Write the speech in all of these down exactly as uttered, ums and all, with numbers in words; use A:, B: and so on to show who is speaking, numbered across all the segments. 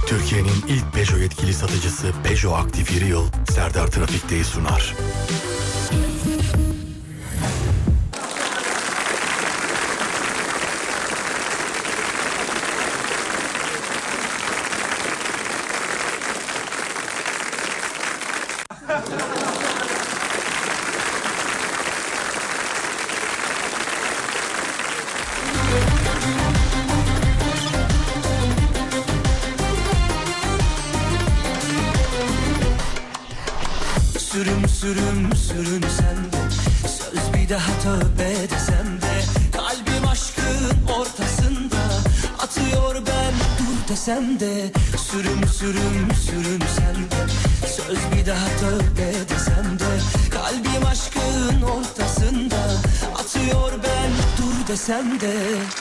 A: Türkiye'nin ilk Peugeot yetkili satıcısı Peugeot Aktif Yıl Serdar Trafik'teyi sunar.
B: Sürüm sürüm sürün sen de, söz bir daha tövbe desem de, kalbim aşkın ortasında atıyor ben dur desem de. Sürüm sürüm sürün sen de, söz bir daha tövbe desem de, kalbim aşkın ortasında atıyor ben dur desem de.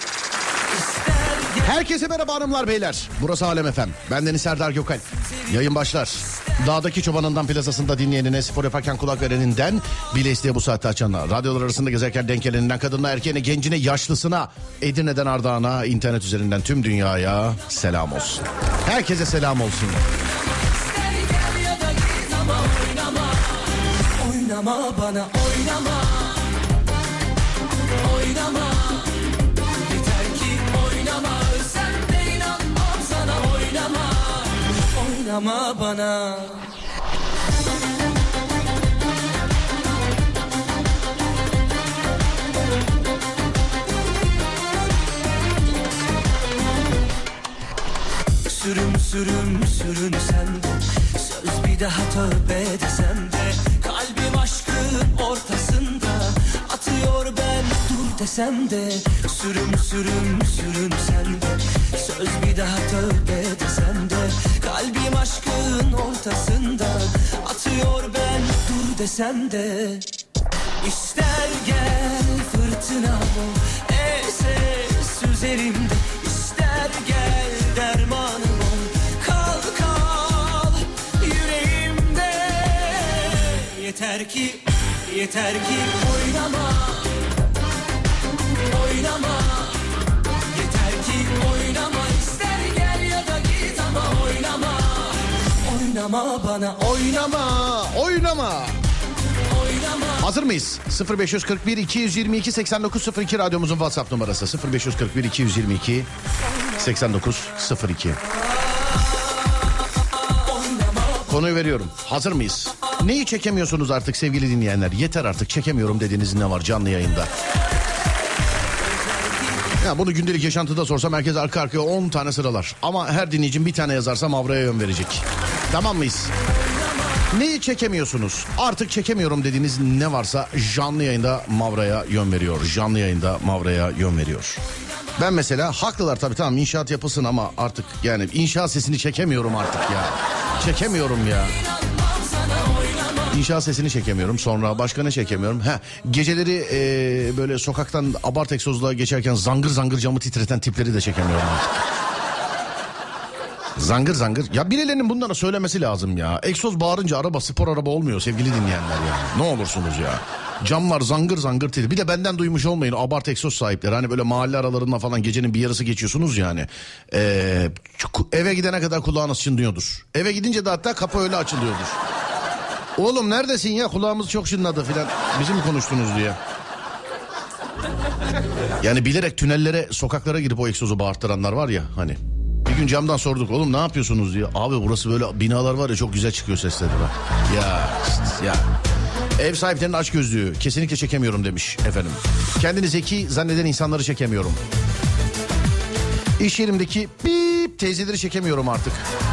C: Herkese merhaba hanımlar beyler. Burası Alem F M. Bendeniz Serdar Gökalp. Yayın başlar. Dağdaki çobanından plazasında dinleyenine, spor yaparken kulak vereninden, bile isteye bu saatte açanına, radyolar arasında gezerken denk geleninden, kadınına, erkeğine, gencine, yaşlısına, Edirne'den Ardahan'a, internet üzerinden tüm dünyaya selam olsun. Herkese selam olsun.
B: Oynama bana oynama, oynama. Oynama bana. Sürüm sürüm sürün sen de, söz bir daha tövbe desem de, kalbim aşkın ortasında atıyor ben dur desem de. Sürüm sürüm sürün sen de, söz bir daha tövbe desem de, kalbim aşkın ortasında atıyor ben dur desem de. İster gel fırtına ol, es üzerimde, ister gel dermanım ol, kal kal yüreğimde. Yeter ki, yeter ki oynama, oynama. Yeter ki oynama, ister gel ya da git ama oynama. Oynama bana oynama,
C: Oynama.
B: oynama.
C: Hazır mıyız? sıfır beş kırk bir iki yüz yirmi iki seksen dokuz sıfır iki radyomuzun WhatsApp numarası. sıfır beş kırk bir iki yüz yirmi iki seksen dokuz sıfır iki. Konuyu veriyorum. Hazır mıyız? Neyi çekemiyorsunuz artık sevgili dinleyenler? Yeter artık, çekemiyorum dediğiniz ne var canlı yayında? Ya bunu gündelik yaşantıda sorsam herkes arka arkaya on tane sıralar. Ama her dinleyicim bir tane yazarsa Mavra'ya yön verecek. Tamam mıyız? Neyi çekemiyorsunuz? Artık çekemiyorum dediğiniz ne varsa canlı yayında Mavra'ya yön veriyor. Canlı yayında Mavra'ya yön veriyor. Ben mesela haklılar tabii, tamam inşaat yapılsın ama artık yani inşaat sesini çekemiyorum artık ya. Çekemiyorum ya. İnşaat sesini çekemiyorum. Sonra başka ne çekemiyorum? Ha, geceleri ee, böyle sokaktan abart egzozla geçerken zangır zangır camı titreten tipleri de çekemiyorum artık. Zangır zangır. Ya birilerinin bunlara söylemesi lazım ya. Egzoz bağırınca araba spor araba olmuyor sevgili dinleyenler ya. Ne olursunuz ya. Camlar zangır zangır titriyor. Bir de benden duymuş olmayın abart egzoz sahipleri. Hani böyle mahalle aralarında falan gecenin bir yarısı geçiyorsunuz yani. Ee, eve gidene kadar kulağınız çınlıyordur. Eve gidince de hatta kapı öyle açılıyordur. Oğlum neredesin ya, kulağımız çok çınladı filan. Bizim mi konuştunuz diye. Yani bilerek tünellere, sokaklara girip o egzozu bağırttıranlar var ya hani. Bir gün camdan sorduk, oğlum ne yapıyorsunuz diye. Abi burası böyle binalar var ya, çok güzel çıkıyor sesleri. Ya işte, ya. Ev sahiplerinin açgözlüğü kesinlikle çekemiyorum demiş efendim. Kendini zeki zanneden insanları çekemiyorum. İş yerimdeki bip teyzeleri çekemiyorum artık.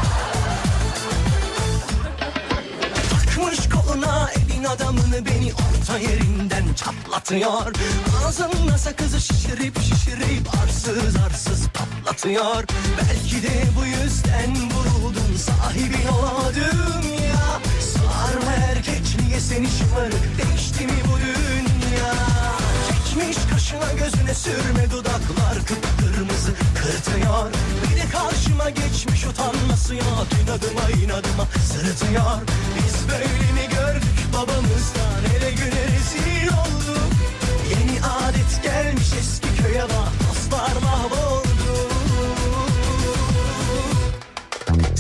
B: Takmış koluna elin adamını, beni orta yerinden çatlatıyor. Ağzımda sakızı şişirip şişirip arsız arsız patlatıyor. Belki de bu yüzden vuruldum, sahibin olamadım ya. Sarma erkekliğe seni şımarık, değişti mi bu dünya? Çekmiş kaşına gözüne sürme, dudaklar kıpkırmızı kırtıyor. Bir de karşıma geçmiş utanması ya, inadıma inadıma sırıtıyor. Biz böyle mi gördük babamızdan, ele güne rezil olduk. Yeni adet gelmiş eski köye, bak dostlar mahvoldu.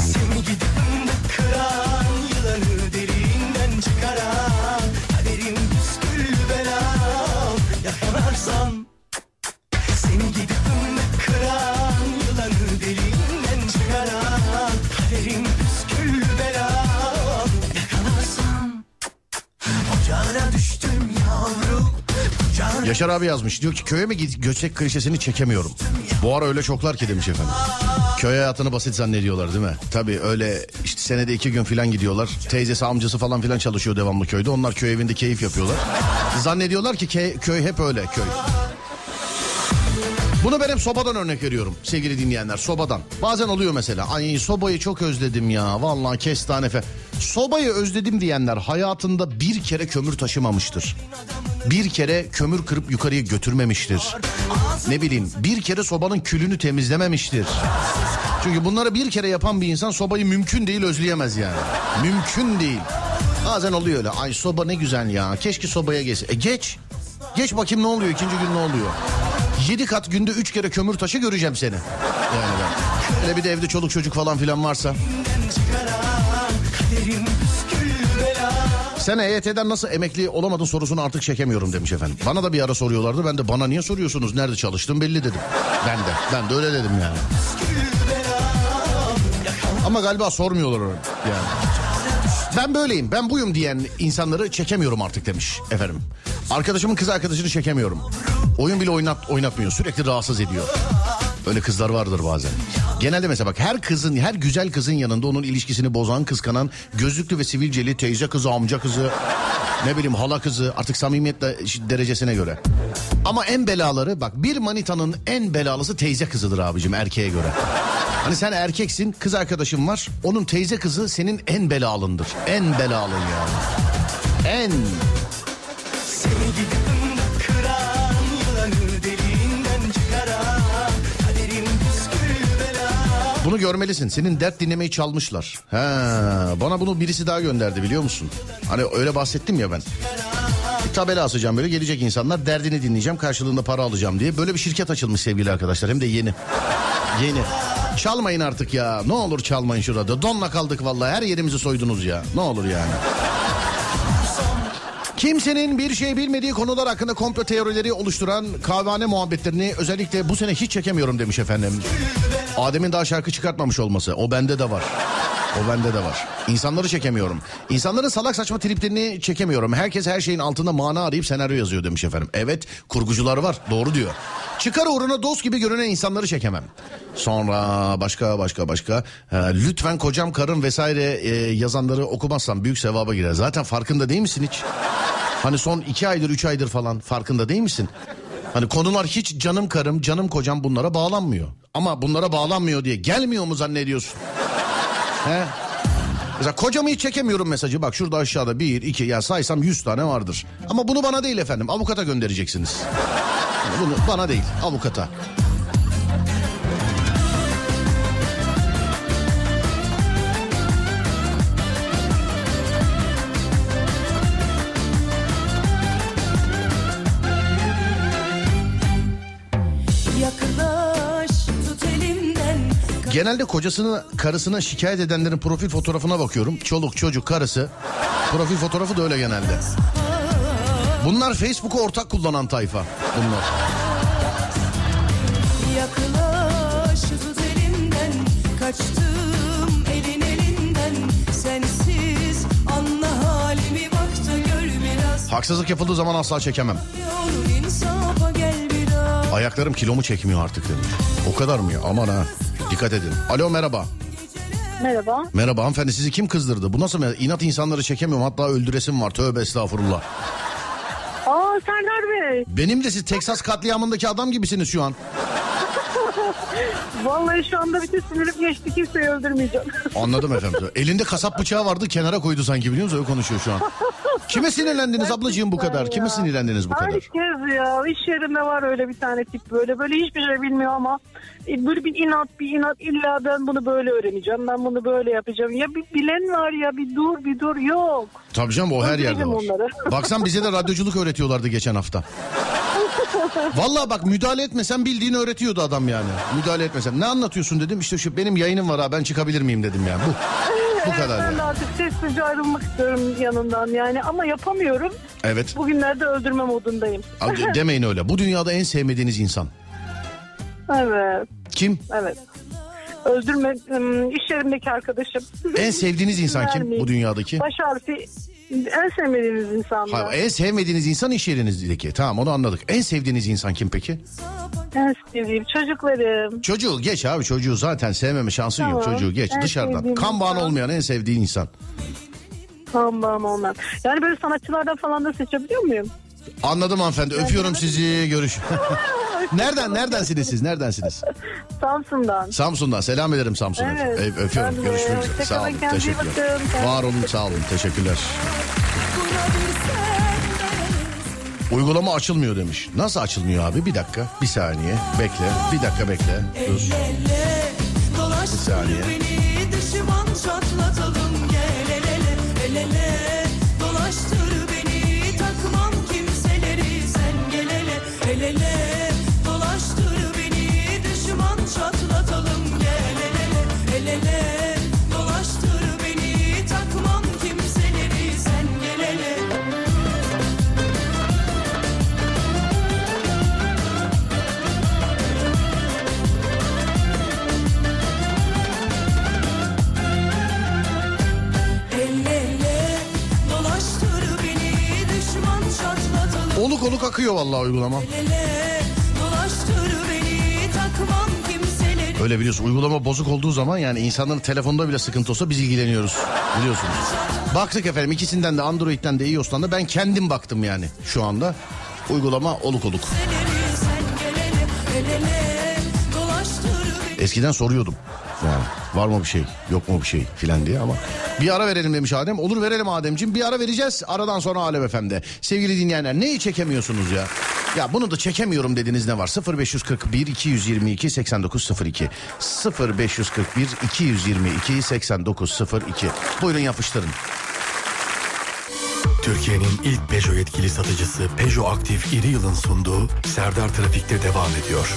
C: Yaşar abi yazmış. Diyor ki köye mi git göçek klişesini çekemiyorum. Bu ara öyle çoklar ki demiş efendim. Köy hayatını basit zannediyorlar değil mi? Tabii öyle işte senede iki gün falan gidiyorlar. Teyzesi amcası falan filan çalışıyor devamlı köyde. Onlar köy evinde keyif yapıyorlar. Zannediyorlar ki ke- köy hep öyle köy. Bunu ben hep sobadan örnek veriyorum sevgili dinleyenler, sobadan. Bazen oluyor mesela, ay sobayı çok özledim ya vallahi kestane fe. Sobayı özledim diyenler hayatında bir kere kömür taşımamıştır. Bir kere kömür kırıp yukarıya götürmemiştir. Ne bileyim bir kere sobanın külünü temizlememiştir. Çünkü bunları bir kere yapan bir insan sobayı mümkün değil özleyemez yani. Mümkün değil. Bazen oluyor öyle, ay soba ne güzel ya keşke sobaya geçse. E geç. Geç bakayım ne oluyor, ikinci gün ne oluyor? Yedi kat günde üç kere kömür taşı göreceğim seni. Yani ben. Hele bir de evde çoluk çocuk falan filan varsa. Sen E Y T'den nasıl emekli olamadın sorusunu artık çekemiyorum demiş efendim. Bana da bir ara soruyorlardı. Ben de bana niye soruyorsunuz? Nerede çalıştım belli dedim. Ben de. Ben de öyle dedim yani. Ama galiba sormuyorlar onu yani. Ben böyleyim, ben buyum diyen insanları çekemiyorum artık demiş efendim. Arkadaşımın kız arkadaşını çekemiyorum. Oyun bile oynat, oynatmıyor, sürekli rahatsız ediyor. Öyle kızlar vardır bazen. Genelde mesela bak her kızın, her güzel kızın yanında onun ilişkisini bozan, kıskanan, gözlüklü ve sivilceli teyze kızı, amca kızı, ne bileyim hala kızı, artık samimiyet derecesine göre. Ama en belaları bak, bir manitanın en belalısı teyze kızıdır abicim erkeğe göre. Hani sen erkeksin, kız arkadaşın var, onun teyze kızı senin en belalındır. En belalın yani. En... Bunu görmelisin. Senin dert dinlemeyi çalmışlar. He, bana bunu birisi daha gönderdi biliyor musun? Hani öyle bahsettim ya ben. Bir tabela asacağım böyle, gelecek insanlar, derdini dinleyeceğim, karşılığında para alacağım diye. Böyle bir şirket açılmış sevgili arkadaşlar, hem de yeni. Yeni. Çalmayın artık ya. Ne olur çalmayın şurada. Donla kaldık vallahi, her yerimizi soydunuz ya. Ne olur yani. Kimsenin bir şey bilmediği konular hakkında komplo teorileri oluşturan kahvehane muhabbetlerini özellikle bu sene hiç çekemiyorum demiş efendim. Adem'in daha şarkı çıkartmamış olması, o bende de var. O bende de var. İnsanları çekemiyorum. İnsanların salak saçma triplerini çekemiyorum. Herkes her şeyin altında mana arayıp senaryo yazıyor demiş efendim. Evet, kurgucular var, doğru diyor. Çıkar uğruna dost gibi görünen insanları çekemem. Sonra başka başka başka. Ee, lütfen kocam karım vesaire e, yazanları okumazsam büyük sevaba girer. Zaten farkında değil misin hiç? Hani son iki aydır üç aydır falan farkında değil misin? Hani konular hiç canım karım canım kocam bunlara bağlanmıyor. Ama bunlara bağlanmıyor diye gelmiyor mu zannediyorsun? He? Mesela kocamı hiç çekemiyorum mesajı. Bak şurada aşağıda bir iki ya saysam yüz tane vardır. Ama bunu bana değil efendim, avukata göndereceksiniz. Yani bunu bana değil, avukata. Genelde kocasını, karısına şikayet edenlerin profil fotoğrafına bakıyorum. Çoluk, çocuk, karısı. Profil fotoğrafı da öyle genelde. Bunlar Facebook'u ortak kullanan tayfa. Bunlar.
D: Yaklaş tut elimden, kaçtım elin elinden, sensiz anla halimi, bak da gör biraz.
C: Haksızlık yapıldığı zaman asla çekemem. Ayaklarım kilomu çekmiyor artık dedim. O kadar mı ya? Aman ha. Dikkat edin. Alo, merhaba.
E: Merhaba.
C: Merhaba hanımefendi, sizi kim kızdırdı? Bu nasıl inat, insanları çekemiyorum, hatta öldüresim var, tövbe estağfurullah.
E: Aa, Serdar Bey.
C: Benim de siz Teksas katliamındaki adam gibisiniz şu an.
E: Vallahi şu anda bütün sinirim geçti, kimseyi öldürmeyeceğim.
C: Anladım efendim. Elinde kasap bıçağı vardı, kenara koydu sanki, biliyor musunuz? Öyle konuşuyor şu an. Kime sinirlendiniz ablacığım bu kadar? Kime sinirlendiniz bu kadar?
E: Herkes ya. İş yerinde var öyle bir tane tip böyle. Böyle hiçbir şey bilmiyor ama böyle bir inat bir inat, illa ben bunu böyle öğreneceğim. Ben bunu böyle yapacağım. Ya bir bilen var ya, bir dur bir dur, yok.
C: Tabii canım, o her yerde var.
E: Onları.
C: Baksan bize de radyoculuk öğretiyorlardı geçen hafta. Vallahi bak, müdahale etmesen bildiğini öğretiyordu adam yani. Müdahale etmesen. Ne anlatıyorsun dedim. İşte şu benim yayınım var ha, ben çıkabilir miyim dedim yani. Bu bu kadar
E: ben
C: yani.
E: de artık sessizce ayrılmak istiyorum yanından yani, ama yapamıyorum.
C: Evet.
E: Bugünlerde öldürme modundayım.
C: Demeyin öyle. Bu dünyada en sevmediğiniz insan.
E: Evet.
C: Kim?
E: Evet. Öldürme, iş yerimdeki arkadaşım.
C: En sevdiğiniz insan kim bu dünyadaki?
E: Baş harfi en sevmediğiniz insan.
C: Hayır, en sevmediğiniz insan iş yerinizdeki. Tamam, onu anladık. En sevdiğiniz insan kim peki?
E: En sevdiğim çocuklarım.
C: Çocuğu geç abi, çocuğu zaten sevmeme şansın
E: Tamam.
C: yok. Çocuğu geç
E: En
C: dışarıdan. Kan bağın
E: insan.
C: olmayan en sevdiğin insan.
E: Tamam olmaz. Yani böyle sanatçılardan falan da seçebiliyor muyum?
C: Anladım hanımefendi. Öpüyorum sizi. Görüş. Nereden neredensiniz siz? Neredensiniz?
E: Samsun'dan.
C: Samsun'dan. Selam ederim Samsun'a.
E: Evet.
C: Ö- Öpüyorum.
E: Ben de.
C: Görüşmek üzere. Sağ olun.
E: Hoşçakalın, kendinize iyi
C: Teşekkürler.
E: bakın.
C: Var olun, sağ olun. Teşekkürler. Uygulama açılmıyor demiş. Nasıl açılmıyor abi? Bir dakika. Bir saniye. Bekle. Bir dakika bekle. Dur. Bir saniye.
D: Beni düşman çatlatalım gel el ele el ele dolaştır beni takmam kimseleri sen gel ele el ele dolaştır beni düşman çatlatalım gel el ele el ele dolaştır beni takmam kimseleri sen gel ele.
C: Oluk oluk akıyor vallahi uygulama. Öyle biliyorsun, uygulama bozuk olduğu zaman yani insanların telefonda bile sıkıntı olsa biz ilgileniyoruz biliyorsunuz. Baktık efendim, ikisinden de Android'den de iOS'tan da ben kendim baktım yani şu anda. Uygulama oluk oluk. Eskiden soruyordum yani var mı bir şey yok mu bir şey filan diye ama bir ara verelim demiş Adem. Olur, verelim Ademciğim, bir ara vereceğiz. Aradan sonra Alem F M'de. Sevgili dinleyenler, neyi çekemiyorsunuz ya? Ya bunu da çekemiyorum dediniz, ne var? sıfır beş kırk bir iki yüz yirmi iki seksen dokuz sıfır iki sıfır beş kırk bir iki yüz yirmi iki seksen dokuz sıfır iki. Buyurun yapıştırın.
A: Türkiye'nin ilk Peugeot yetkili satıcısı Peugeot Aktif İri Yıl'ın sunduğu Serdar Trafik'te devam ediyor.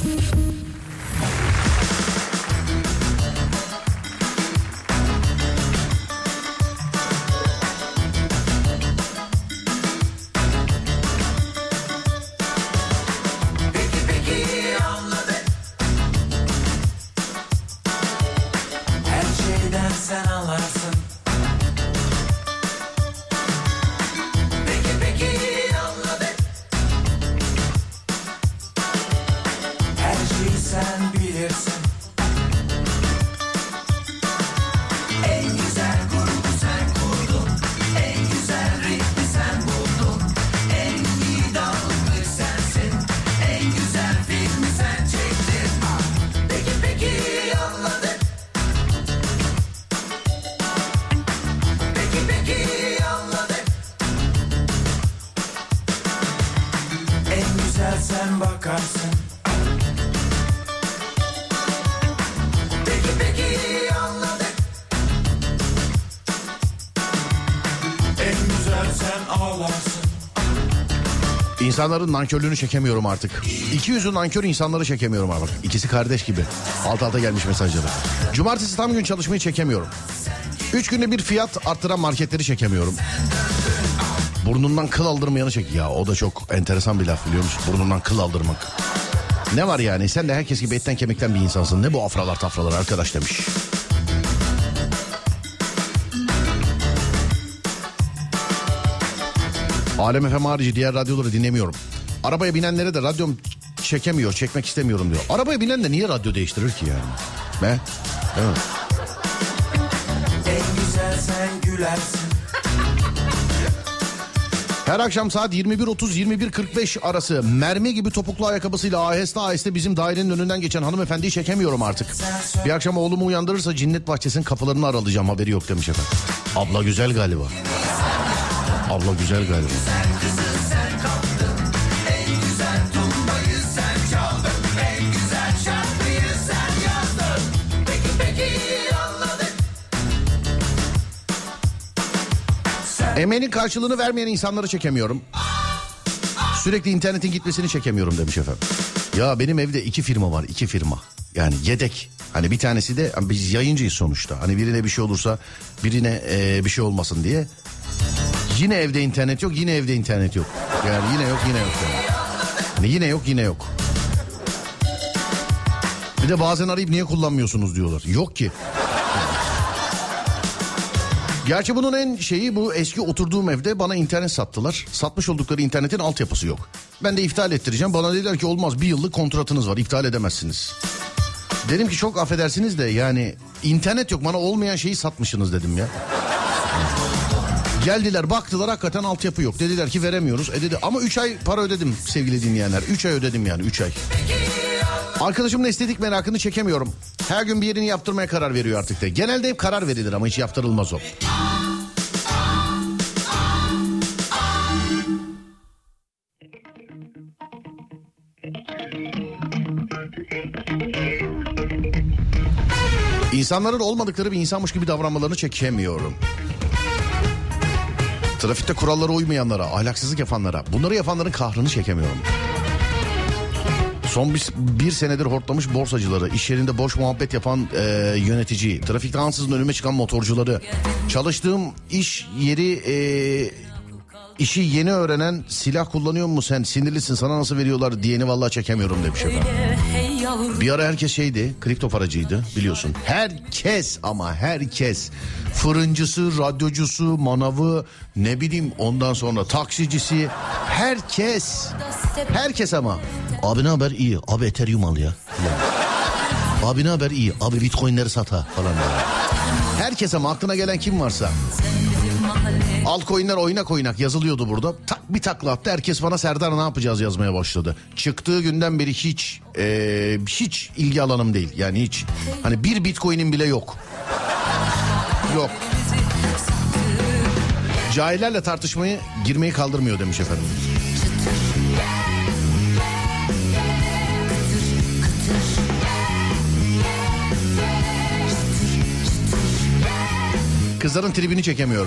C: İnsanların nankörlüğünü çekemiyorum artık. İki yüzlü nankör insanları çekemiyorum artık. İkisi kardeş gibi. Alt alta gelmiş mesajları. Cumartesi tam gün çalışmayı çekemiyorum. Üç günde bir fiyat arttıran marketleri çekemiyorum. Burnundan kıl aldırmayanı çek. Ya o da çok enteresan bir laf, biliyor musun? Burnundan kıl aldırmak. Ne var yani? Sen de herkes gibi etten kemikten bir insansın. Ne bu afralar tafralar arkadaş demiş. Alem F M harici diğer radyoları dinlemiyorum. Arabaya binenlere de radyom çekemiyor, çekmek istemiyorum diyor. Arabaya binen de niye radyo değiştirir ki yani? Ne? Evet.
B: En güzel sen gülersin.
C: Her akşam saat yirmi bir otuz yirmi bir kırk beş arası mermi gibi topuklu ayakkabısıyla aheste aheste bizim dairenin önünden geçen hanımefendiyi çekemiyorum artık. Bir akşam oğlumu uyandırırsa Cennet Bahçesi'nin kapılarını aralayacağım, haberi yok demiş efendim. Abla güzel galiba. Abla güzel galiba. Emeğinin karşılığını vermeyen insanları çekemiyorum. Sürekli internetin gitmesini çekemiyorum demiş efendim. Ya benim evde iki firma var, iki firma. Yani yedek. Hani bir tanesi de, biz yayıncıyız sonuçta. Hani birine bir şey olursa birine e, bir şey olmasın diye. Yine evde internet yok, yine evde internet yok. Yani yine yok, yine yok. Yani. Hani yine yok, yine yok. Bir de bazen arayıp niye kullanmıyorsunuz diyorlar. Yok ki. Gerçi bunun en şeyi, bu eski oturduğum evde bana internet sattılar. Satmış oldukları internetin altyapısı yok. Ben de iptal ettireceğim. Bana dediler ki olmaz, bir yıllık kontratınız var, iptal edemezsiniz. Dedim ki çok affedersiniz de yani internet yok, bana olmayan şeyi satmışsınız dedim ya. Geldiler baktılar, hakikaten altyapı yok. Dediler ki veremiyoruz. E dedi ama üç ay para ödedim sevgili dinleyenler. üç ay ödedim yani, üç ay. Arkadaşımın estetik merakını çekemiyorum. Her gün bir yerini yaptırmaya karar veriyor artık da. Genelde hep karar verilir ama hiç yaptırılmaz o. İnsanların olmadıkları bir insanmış gibi davranmalarını çekemiyorum. Trafikte kurallara uymayanlara, ahlaksızlık yapanlara, bunları yapanların kahrını çekemiyorum. Son bir, bir senedir hortlamış borsacıları, iş yerinde boş muhabbet yapan e, yöneticiyi, trafikte ansızın önüme çıkan motorcuları, çalıştığım iş yeri e, işi yeni öğrenen, silah kullanıyor mu sen, sinirlisin, sana nasıl veriyorlar diyeni vallahi çekemiyorum demiş efendim. Bir ara herkes şeydi, kripto paracıydı biliyorsun. Herkes ama herkes, fırıncısı, radyocusu, manavı, ne bileyim ondan sonra taksicisi, herkes. Herkes ama. Abi ne haber? İyi. Abi Ethereum al ya. Yani. Abi ne haber? İyi. Abi Bitcoin'leri sata falan. Yani. Herkes ama, aklına gelen kim varsa. Altcoin'ler oynak oynak yazılıyordu burada. Tak bir takla attı. Herkes bana Serdar ne yapacağız yazmaya başladı. Çıktığı günden beri hiç ee, hiç ilgi alanım değil. Yani hiç. Hani bir Bitcoin'in bile yok. Yok. Cahillerle tartışmayı, girmeyi kaldırmıyor demiş efendim. Kızların tribini çekemiyorum.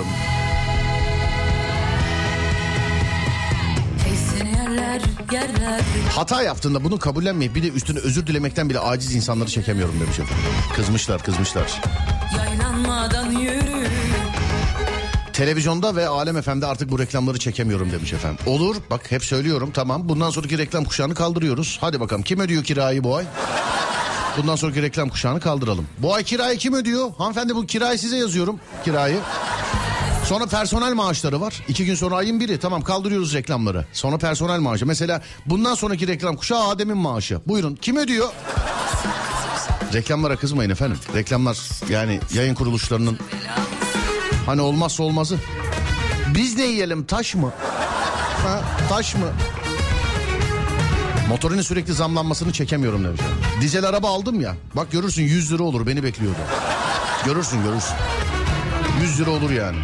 C: Hata yaptığında bunu kabullenmeyip bir de üstüne özür dilemekten bile aciz insanları çekemiyorum demiş efendim. Kızmışlar kızmışlar. Yaylanmadan yürü. Televizyonda ve Alem F M'de artık bu reklamları çekemiyorum demiş efendim. Olur, bak hep söylüyorum, tamam, bundan sonraki reklam kuşağını kaldırıyoruz. Hadi bakalım, kim ödüyor kirayı bu ay? Bundan sonraki reklam kuşağını kaldıralım. Bu ay kirayı kim ödüyor? Hanımefendi bu kirayı size yazıyorum, kirayı. Sonra personel maaşları var. İki gün sonra ayın biri, tamam, kaldırıyoruz reklamları. Sonra personel maaşı. Mesela bundan sonraki reklam kuşağı Adem'in maaşı. Buyurun, kim ödüyor? Reklamlara kızmayın efendim. Reklamlar yani yayın kuruluşlarının hani olmazsa olmazı. Biz ne yiyelim, taş mı? Ha, taş mı? Motorinin sürekli zamlanmasını çekemiyorum demiş. Dizel araba aldım ya. Bak görürsün yüz lira olur, beni bekliyordu. Görürsün görürsün. yüz lira olur yani.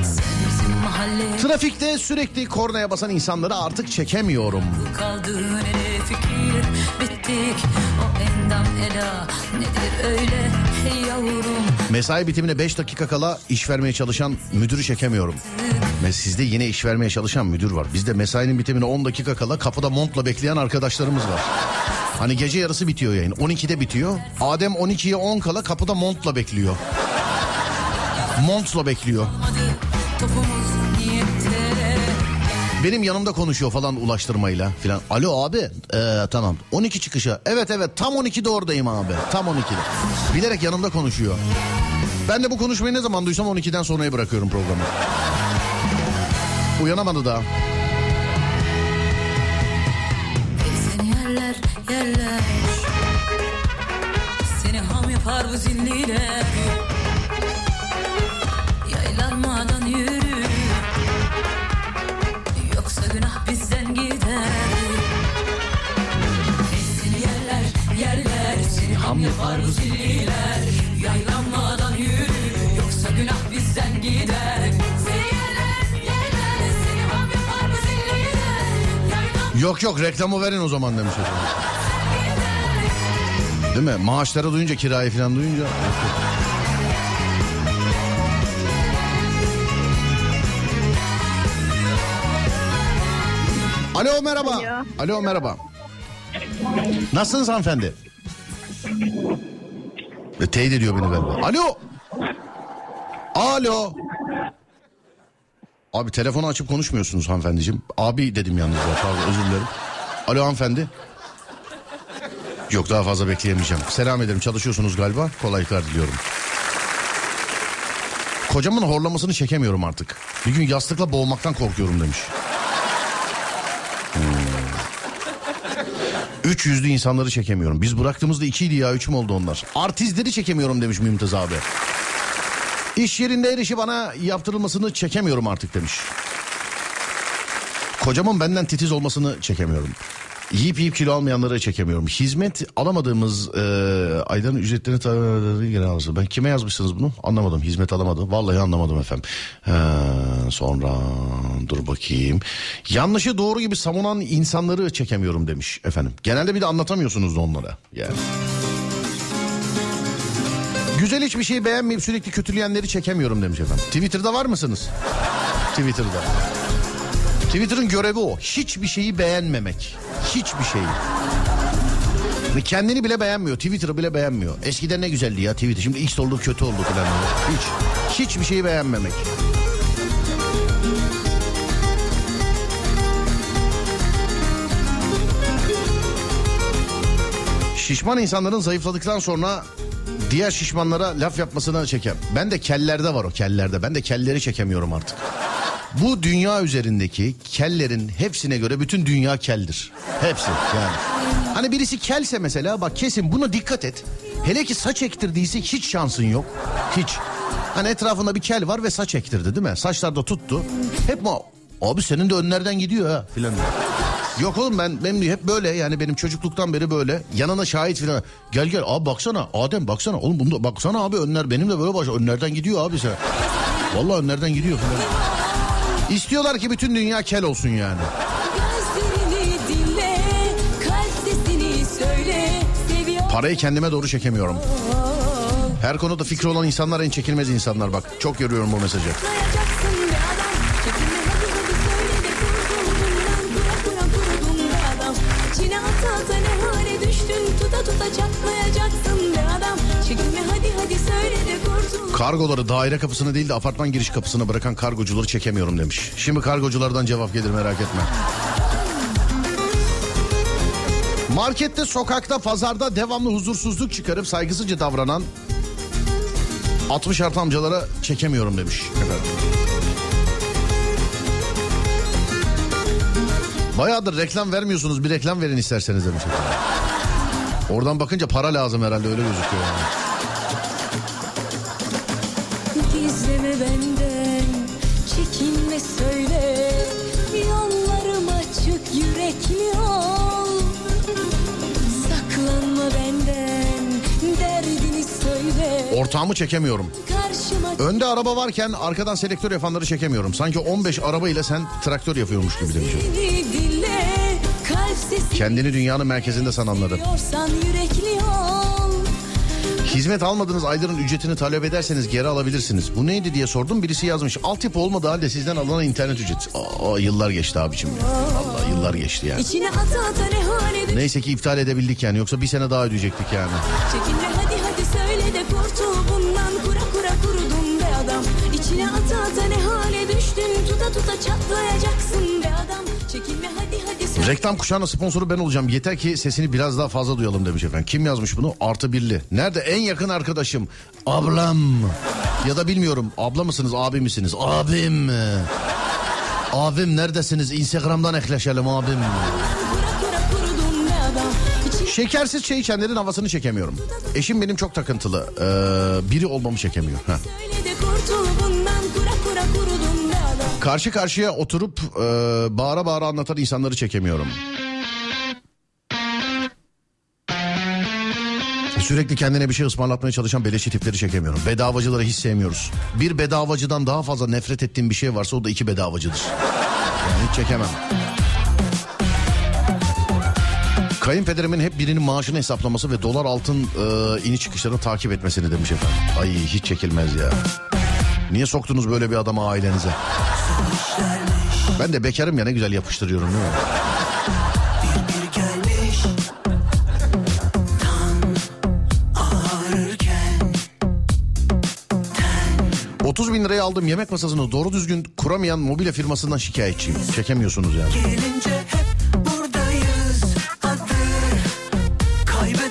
C: Trafikte sürekli kornaya basan insanları artık çekemiyorum. Mesai bitimine beş dakika kala iş vermeye çalışan müdürü çekemiyorum. Ve sizde yine iş vermeye çalışan müdür var. Bizde mesainin bitimine on dakika kala kapıda montla bekleyen arkadaşlarımız var. Hani gece yarısı bitiyor yayın, on ikide bitiyor. Adem on ikiye on kala kapıda montla bekliyor. Montla bekliyor. Benim yanımda konuşuyor falan ulaştırmayla filan. Alo abi, ee, tamam on iki çıkışa. Evet evet tam on ikide oradayım abi. Tam on ikide. Bilerek yanımda konuşuyor. Ben de bu konuşmayı ne zaman duysam on ikiden sonraya bırakıyorum programı. Uyanamadı daha.
D: Seni yerler yerler. Seni ham yapar bu zilliler. Yaylanmadan yürü. Yoksa günah bizden gider. Seni yerler yerler. Seni ham yapar bu zilliler. Yaylanmadan yürü. Yoksa günah bizden gider.
C: Yok yok reklamı verin o zaman demiş efendim. Değil mi? Maaşları duyunca, kirayı falan duyunca. Alo merhaba. Alo, Alo merhaba. Nasılsınız hanımefendi? E, teyit ediyor beni galiba. Alo. Alo. Abi telefonu açıp konuşmuyorsunuz hanımefendiciğim. Abi dedim yalnız ya, pardon, özür dilerim. Alo hanımefendi. Yok, daha fazla bekleyemeyeceğim. Selam ederim, çalışıyorsunuz galiba. Kolaylıklar diliyorum. Kocamın horlamasını çekemiyorum artık. Bir gün yastıkla boğmaktan korkuyorum demiş. Hmm. Üç yüzlü insanları çekemiyorum. Biz bıraktığımızda ikiydi ya, üç mü oldu onlar? Artistleri çekemiyorum demiş Mümtaz abi. İş yerinde her işi bana yaptırılmasını çekemiyorum artık demiş. Kocamın benden titiz olmasını çekemiyorum. Yiyip yiyip kilo almayanları çekemiyorum. Hizmet alamadığımız e, ayların ücretlerini ta- gene alırsın. Ben kime yazmışsınız bunu? Anlamadım. Hizmet alamadım. Vallahi anlamadım efendim. Ee, sonra dur bakayım. Yanlışı doğru gibi savunan insanları çekemiyorum demiş efendim. Genelde bir de anlatamıyorsunuz da onlara. Yani. Güzel hiçbir şeyi beğenmeyip sürekli kötüleyenleri çekemiyorum demiş efendim. Twitter'da var mısınız? Twitter'da. Twitter'ın görevi o. Hiçbir şeyi beğenmemek. Hiçbir şeyi. Kendini bile beğenmiyor. Twitter'ı bile beğenmiyor. Eskiden ne güzeldi ya Twitter. Şimdi X oldu, kötü oldu falan. Hiç. Hiçbir şeyi beğenmemek. Şişman insanların zayıfladıktan sonra diğer şişmanlara laf yapmasını çeker. Ben de kellerde var o, kellerde. Ben de kelleri çekemiyorum artık. Bu dünya üzerindeki kellerin hepsine göre bütün dünya keldir. Hepsi yani. Hani birisi kelse mesela, bak kesin buna dikkat et. Hele ki saç ektirdiyse hiç şansın yok. Hiç. Hani etrafında bir kel var ve saç ektirdi değil mi? Saçlar da tuttu. Hep mi? Abi senin de önlerden gidiyor ha filan. Yok oğlum, ben benim hep böyle yani, benim çocukluktan beri böyle. Yanına şahit filan. Gel gel abi baksana, Adem baksana oğlum, bunda baksana abi, önler benim de böyle baş önlerden gidiyor abi sen. Vallahi önlerden gidiyor filan. İstiyorlar ki bütün dünya kel olsun yani. Dinle, söyle, parayı kendime doğru çekemiyorum. Her konuda fikri olan insanlar en çekilmez insanlar bak. Çok görüyorum bu mesajı. Kargoları daire kapısına değil de apartman giriş kapısına bırakan kargocuları çekemiyorum demiş. Şimdi kargoculardan cevap gelir, merak etme. Markette, sokakta, pazarda devamlı huzursuzluk çıkarıp saygısızca davranan altmış artı amcalara çekemiyorum demiş. Efendim. Bayağıdır reklam vermiyorsunuz, bir reklam verin isterseniz demiş. Oradan bakınca para lazım herhalde, öyle gözüküyor yani.
D: Gizleme benden, çekinme söyle, yollarım açık, yürekli ol. Saklanma benden, derdini söyle.
C: Ortağımı çekemiyorum. Karşıma... Önde araba varken arkadan selektör yapanları çekemiyorum. Sanki on beş arabayla sen traktör yapıyormuş gibi demiş. Dinle, kendini dünyanın merkezinde sananları. Yürekli ol. Hizmet almadığınız ayların ücretini talep ederseniz geri alabilirsiniz. Bu neydi diye sordum, birisi yazmış. Altyapı olmadığı halde sizden alınan internet ücreti. Aa, yıllar geçti abicim ya. Vallahi yıllar geçti yani. Neyse ki iptal edebildik yani, yoksa bir sene daha ödeyecektik yani. Çekinme hadi hadi söyle de kurtul bundan, kura kura kurudum be adam. İçine ata ata ne hale düştün, tuta tuta çatlayacaksın be adam. Çekinme hadi hadi söyle. Reklam kuşağının sponsoru ben olacağım. Yeter ki sesini biraz daha fazla duyalım demiş efendim. Kim yazmış bunu? Artı birli. Nerede? En yakın arkadaşım. Ablam. Ya da bilmiyorum. Abla mısınız? Abi misiniz? Abim. Abim neredesiniz? Instagram'dan ekleşelim abim. Şekersiz çay içenlerin havasını çekemiyorum. Eşim benim çok takıntılı. Ee, biri olmamı çekemiyor. Heh. Karşı karşıya oturup e, bağıra bağıra anlatan insanları çekemiyorum. Sürekli kendine bir şey ısmarlatmaya çalışan beleşçi tipleri çekemiyorum. Bedavacıları hiç sevmiyoruz. Bir bedavacıdan daha fazla nefret ettiğim bir şey varsa o da iki bedavacıdır. Yani hiç çekemem. Kayınpederimin hep birinin maaşını hesaplaması ve dolar altın e, iniş çıkışlarını takip etmesini demiş efendim. Ay hiç çekilmez ya. Niye soktunuz böyle bir adamı ailenize? Ben de bekarım ya, ne güzel yapıştırıyorum değil mi? otuz bin liraya aldığım yemek masasını doğru düzgün kuramayan mobilya firmasından şikayetçiyim. Çekemiyorsunuz yani. Gelince hep buradayız, adı kaybet.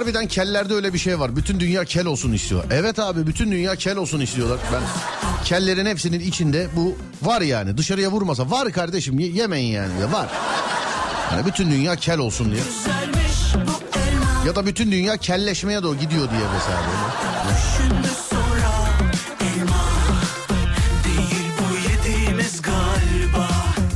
C: Harbiden kellerde öyle bir şey var. Bütün dünya kel olsun istiyor. Evet abi, bütün dünya kel olsun istiyorlar. Ben kellerin hepsinin içinde bu var yani. Dışarıya vurmasa var kardeşim, ye- yemeyin yani. Ya var. Yani bütün dünya kel olsun diye. Ya da bütün dünya kelleşmeye doğru gidiyor diye mesela böyle.
B: Düşündü sonra elma değil bu yediğimiz galiba.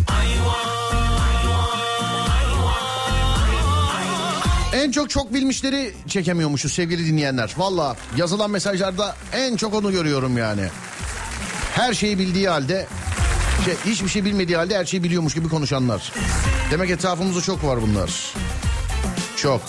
C: En çok çok bilmişleri çekemiyormuşuz sevgili dinleyenler. Valla yazılan mesajlarda en çok onu görüyorum yani. Her şeyi bildiği halde, şey, hiçbir şey bilmediği halde her şeyi biliyormuş gibi konuşanlar. Demek etrafımızda çok var bunlar. Çok.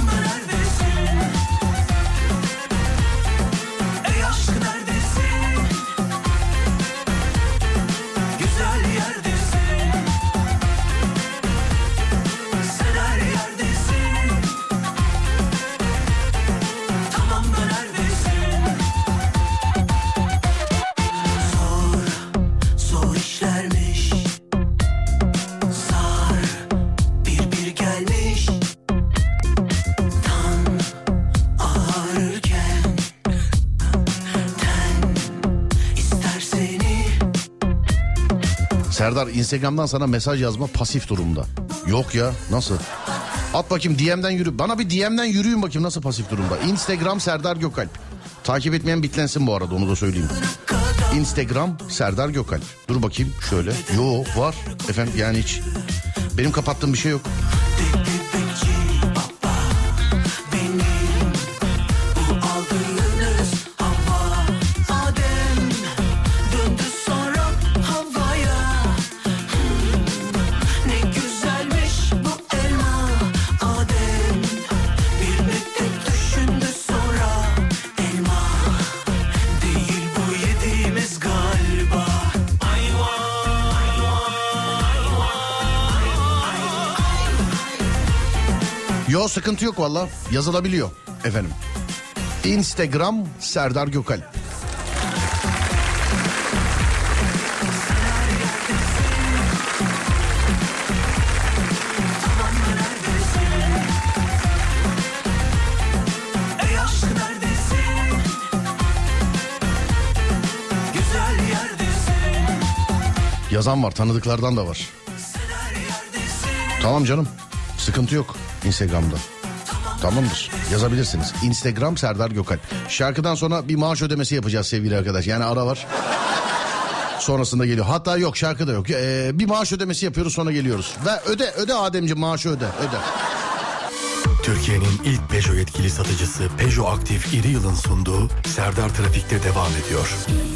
C: Serdar, Instagram'dan sana mesaj yazma pasif durumda. Yok ya, nasıl? At bakayım, D M'den yürü. Bana bir D M'den yürüyün bakayım, nasıl pasif durumda? Instagram Serdar Gökalp. Takip etmeyen bitlensin bu arada, onu da söyleyeyim. Instagram Serdar Gökalp. Dur bakayım şöyle. Yo, var efendim, yani hiç. Benim kapattığım bir şey yok. Yo, sıkıntı yok valla, yazılabiliyor efendim. Instagram Serdar Gökalp. Yazan var, tanıdıklardan da var. Tamam canım, sıkıntı yok. Instagram'da. Tamamdır. Yazabilirsiniz. Instagram Serdar Gökalp. Şarkıdan sonra bir maaş ödemesi yapacağız sevgili arkadaş. Yani ara var. Sonrasında geliyor. Hatta yok, şarkı da yok. Ee, bir maaş ödemesi yapıyoruz, sonra geliyoruz. Ve öde öde Ademciğim, maaşı öde öde.
A: Türkiye'nin ilk Peugeot yetkili satıcısı Peugeot Aktif İri Yıl'ın sunduğu Serdar Trafik'te devam ediyor.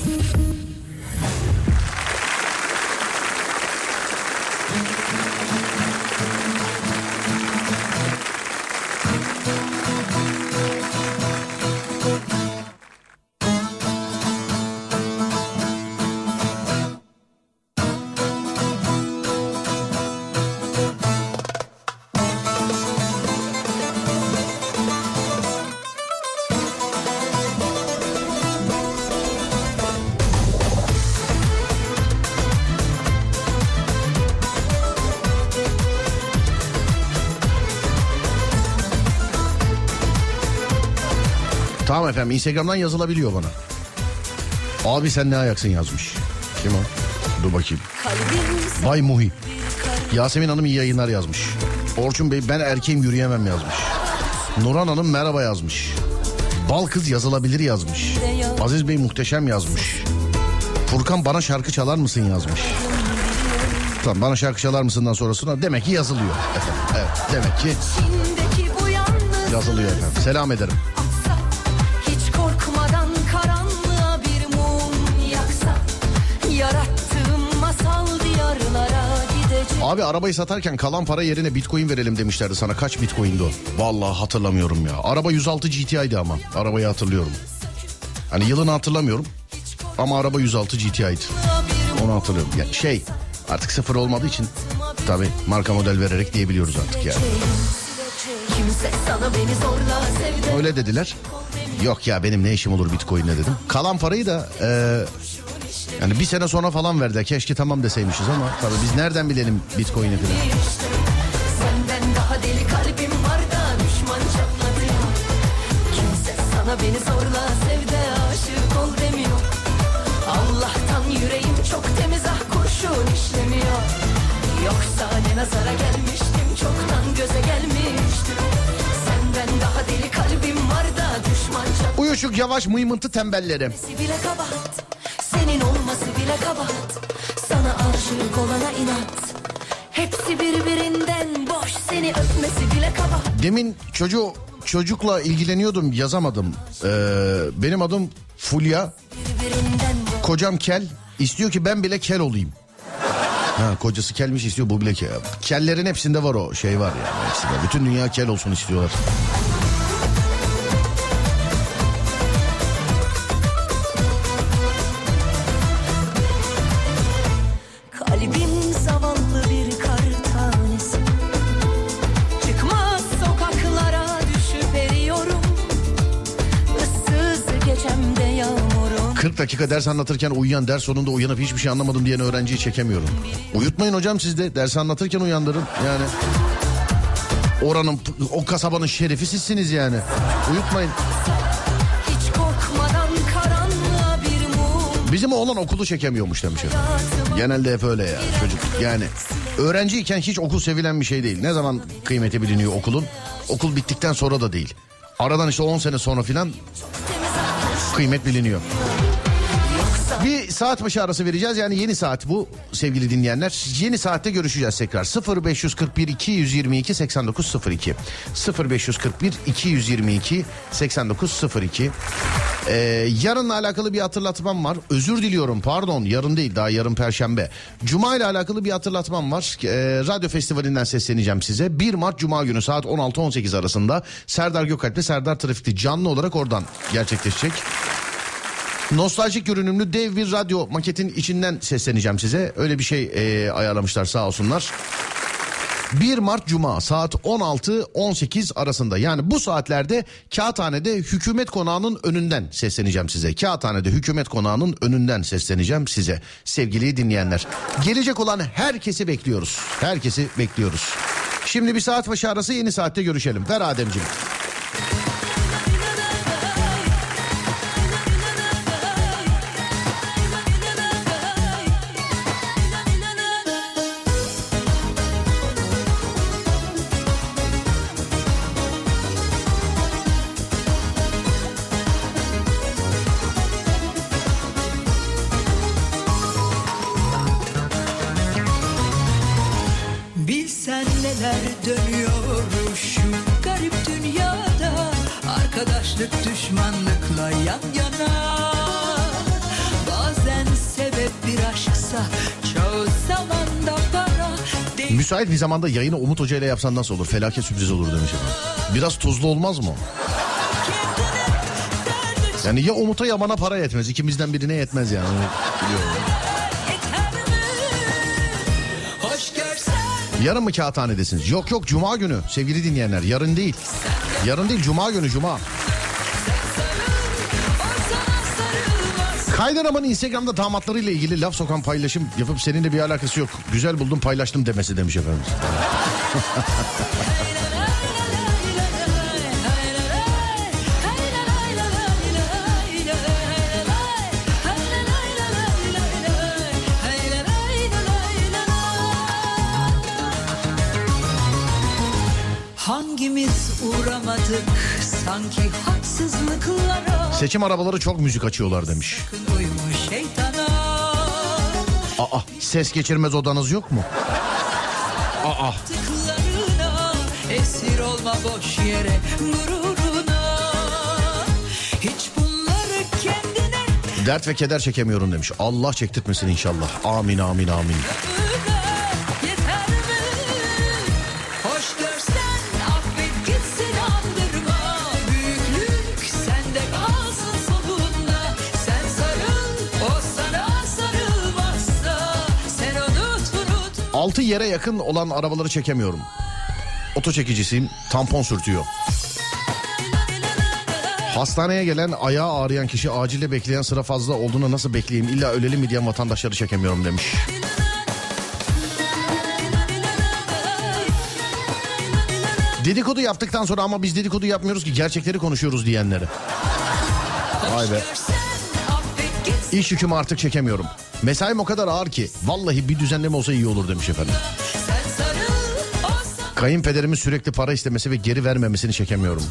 C: Tamam efendim, Instagram'dan yazılabiliyor bana. Abi sen ne ayaksın yazmış. Kim o? Dur bakayım. Bay Muhi. Yasemin Hanım iyi yayınlar yazmış. Orçun Bey ben erkeğim yürüyemem yazmış. Nurhan Hanım merhaba yazmış. Bal kız yazılabilir yazmış. Aziz Bey muhteşem yazmış. Furkan bana şarkı çalar mısın yazmış. Tamam, bana şarkı çalar mısından sonrasına demek ki yazılıyor efendim. Evet, demek ki yazılıyor efendim. Selam ederim.
D: Hiç korkmadan karanlığa bir mum yaksa, yarattığım masal diyarlara gidecek.
C: Abi arabayı satarken kalan para yerine bitcoin verelim demişlerdi sana. Kaç bitcoindi o? Vallahi hatırlamıyorum ya. Araba yüz altı G T I'di ama. Arabayı hatırlıyorum. Hani yılını hatırlamıyorum. Ama araba yüz altı G T I'di. Onu hatırlıyorum. Yani şey, artık sıfır olmadığı için tabii marka model vererek diyebiliyoruz artık yani.
D: Kimse sana beni zorla sevdi.
C: Öyle dediler. Yok ya, benim ne işim olur bitcoin'le dedim. Kalan parayı da e, yani bir sene sonra falan verdiler. Keşke tamam deseymişiz ama tabii biz nereden bilelim bitcoin'i falan.
D: Senden daha deli kalbim var da düşman çatladı. beni zorla sevde aşık ol demiyor. Allah'tan yüreğim çok temiz, ah kurşun işlemiyor. Yoksa ne nazara gelmiştim, çoktan göze gelmiştim. Senden daha deli kalbim var da düşmanca.
C: Uyuşuk yavaş mıymıntı tembelleri.
D: Bile kabahat, senin olması bile kabahat. Sana aşık olana inat. Hepsi birbirinden boş, seni öpmesi bile kabahat.
C: Demin çocuğu çocukla ilgileniyordum, yazamadım. Ee, benim adım Fulya. Kocam kel. İstiyor ki ben bile kel olayım. Ha, kocası kelmiş, istiyor bu bile kel. Kellerin hepsinde var o şey var yani. Hepsinde. Bütün dünya kel olsun istiyorlar.
D: Kalbim zavallı bir kar tanesi. Çıkmaz sokaklara düşüp eriyorum. Issız gecemde yağmurum.
C: kırk dakika ders anlatırken uyuyan, ders sonunda uyanıp hiçbir şey anlamadım diyen öğrenciyi çekemiyorum. Uyutmayın hocam siz de. Ders anlatırken uyandırın. Yani oranın, o kasabanın şerifi sizsiniz yani. Uyutmayın.
D: Hiç korkmadan karanlığa bir mum.
C: Bizim oğlan okulu çekemiyormuş demiş efendim. Genelde hep öyle ya çocuk. Yani öğrenciyken hiç okul sevilen bir şey değil. Ne zaman kıymeti biliniyor okulun? Okul bittikten sonra da değil. Aradan işte on sene sonra filan kıymet biliniyor. Bir saat başı arası vereceğiz, yani yeni saat bu sevgili dinleyenler. Yeni saatte görüşeceğiz tekrar. sıfır beş kırk bir iki yüz yirmi iki seksen dokuz sıfır iki sıfır beş kırk bir iki yüz yirmi iki seksen dokuz sıfır iki. Ee, yarınla alakalı bir hatırlatmam var. Özür diliyorum, pardon, yarın değil, daha yarın Perşembe. Cuma ile alakalı bir hatırlatmam var. Ee, radyo festivalinden sesleneceğim size. bir Mart Cuma günü saat on altı on sekiz arasında Serdar Gökalp ve Serdar Trafik'te canlı olarak oradan gerçekleşecek. Nostaljik görünümlü dev bir radyo maketin içinden sesleneceğim size. Öyle bir şey e, ayarlamışlar sağ olsunlar. bir Mart Cuma saat on altı on sekiz arasında, yani bu saatlerde Kağıthane'de Hükümet Konağı'nın önünden sesleneceğim size. Kağıthane'de Hükümet Konağı'nın önünden sesleneceğim size sevgili dinleyenler. Gelecek olan herkesi bekliyoruz. Herkesi bekliyoruz. Şimdi bir saat başı arası, yeni saatte görüşelim. Ver Ademciğim.
D: Bilsen neler dönüyor şu garip dünyada. Arkadaşlık düşmanlıkla yan yana. Bazen sebep bir aşksa çoğu zamanda para.
C: Müsait bir zamanda yayını Umut Hoca ile yapsan nasıl olur? Felaket sürpriz olur demiş efendim. Biraz tuzlu olmaz mı? Yani ya Umut'a ya bana para yetmez. İkimizden birine yetmez yani. Biliyorum. Yarın mı Kağıthane'desiniz? Yok yok, Cuma günü sevgili dinleyenler. Yarın değil. Yarın değil, Cuma günü, Cuma. Kaynanamın Instagram'da damatlarıyla ilgili laf sokan paylaşım yapıp seninle bir alakası yok, güzel buldum paylaştım demesi demiş efendim.
D: Hangimiz uğramadık sanki haksızlıklara.
C: Seçim arabaları çok müzik açıyorlar demiş. Aa, ses geçirmez odanız yok mu? Aa.
D: Esir olma boş yere gururuna. Hiç bunları kendine.
C: Dert ve keder çekemiyorum demiş. Allah çektirtmesin inşallah. Amin amin amin. Altı yere yakın olan arabaları çekemiyorum. Oto çekicisiyim, tampon sürtüyor. Hastaneye gelen, ayağı ağrıyan kişi, acile bekleyen sıra fazla olduğuna nasıl bekleyeyim, illa ölelim mi diyen vatandaşları çekemiyorum demiş. Dedikodu yaptıktan sonra ama biz dedikodu yapmıyoruz ki gerçekleri konuşuyoruz diyenleri. Vay be. İş yükümü artık çekemiyorum. Mesaim o kadar ağır ki vallahi bir düzenleme olsa iyi olur demiş efendim. Kayınpederimin sürekli para istemesi ve geri vermemesini çekemiyorum.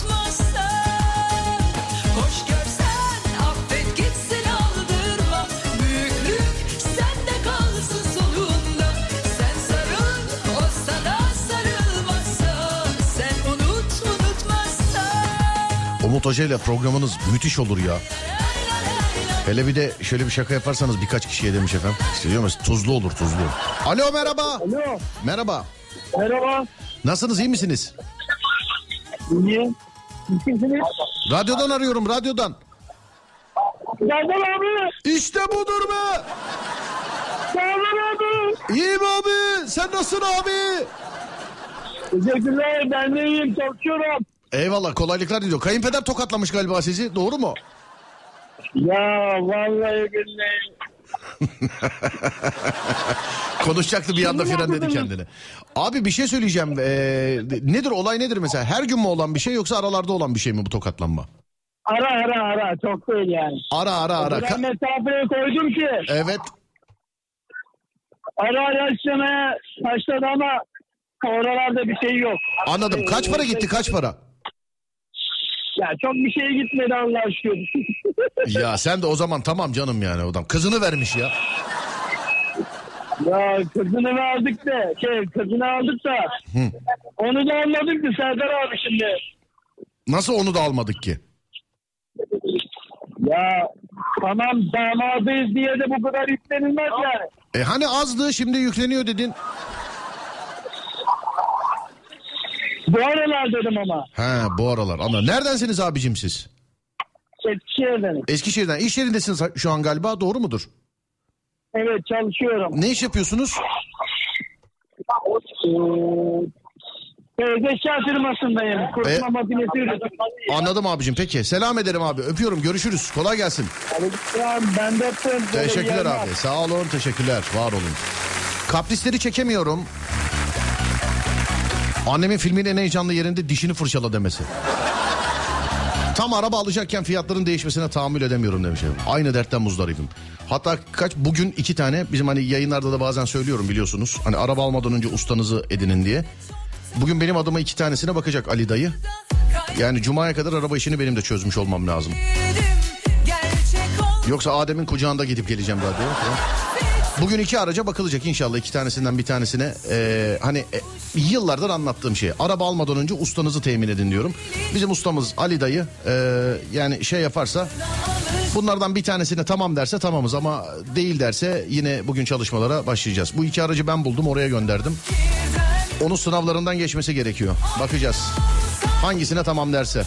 C: Umut Hoca ile programınız müthiş olur ya. Hele bir de şöyle bir şaka yaparsanız birkaç kişiye demiş efendim. İşte diyor musun? Tuzlu olur, tuzlu. Alo, merhaba.
F: Alo.
C: Merhaba.
F: Merhaba.
C: Nasılsınız, iyi misiniz?
F: İyi. Kimsiniz?
C: Radyodan arıyorum, radyodan.
F: Serdar abi.
C: İşte budur be.
F: Serdar abi.
C: İyiyim abi. Sen nasılsın abi?
F: Teşekkürler. Ben de iyiyim. Çalışıyorum.
C: Eyvallah, kolaylıklar diliyor. Kayınpeder tokatlamış galiba sizi. Doğru mu?
F: Ya vallahi billahi.
C: Konuşacaktı bir anda, frenledi kendini. Abi bir şey söyleyeceğim. Ee, nedir, olay nedir mesela? Her gün mü olan bir şey yoksa aralarda olan bir şey mi bu tokatlanma?
F: Ara ara ara. Çok değil yani.
C: Ara ara ara.
F: Ben
C: Ka-
F: mesafeye koydum ki.
C: evet.
F: Ara ara yaşamaya başladı ama oralarda bir şey yok.
C: Anladım. Kaç para gitti, kaç para?
F: Ya çok bir şey gitmedi Allah aşkına.
C: Ya sen de o zaman tamam canım yani adam. Kızını vermiş ya.
F: Ya kızını verdik de şey kızını aldık da
C: Hı.
F: onu da almadık ki Serdar abi şimdi.
C: Nasıl onu da almadık ki?
F: Ya tamam damadıyız diye de bu kadar yüklenilmez yani.
C: E hani azdı, şimdi yükleniyor dedin.
F: Bu aralar dedim ama.
C: He, bu aralar. Ama neredensiniz abicim siz?
F: Eskişehir'den.
C: Eskişehir'den. İş yerindesiniz şu an galiba, doğru mudur?
F: Evet çalışıyorum.
C: Ne iş yapıyorsunuz?
F: Ee, Eşya firmasındayım. Kurutma
C: E-
F: makinesi üretiyorum.
C: Anladım abicim, peki. Selam ederim abi. Öpüyorum, görüşürüz. Kolay gelsin.
F: Ben de öptüm.
C: Teşekkürler abi. Sağ olun, teşekkürler. Var olun. Kaprisleri çekemiyorum. Annemin filmin en heyecanlı yerinde dişini fırçala demesi. Tam araba alacakken fiyatların değişmesine tahammül edemiyorum demiş. Aynı dertten muzdaribim. Hatta kaç bugün iki tane, bizim hani yayınlarda da bazen söylüyorum biliyorsunuz. Hani araba almadan önce ustanızı edinin diye. Bugün benim adıma iki tanesine bakacak Ali dayı. Yani Cuma'ya kadar araba işini benim de çözmüş olmam lazım. Yoksa Adem'in kucağında gidip geleceğim radyoya. Bugün iki araca bakılacak inşallah, iki tanesinden bir tanesine. Ee, hani e, yıllardır anlattığım şey. Araba almadan önce ustanızı temin edin diyorum. Bizim ustamız Ali dayı e, yani şey yaparsa, bunlardan bir tanesine tamam derse tamamız, ama değil derse yine bugün çalışmalara başlayacağız. Bu iki aracı ben buldum, oraya gönderdim. Onun sınavlarından geçmesi gerekiyor. Bakacağız. Hangisine tamam derse.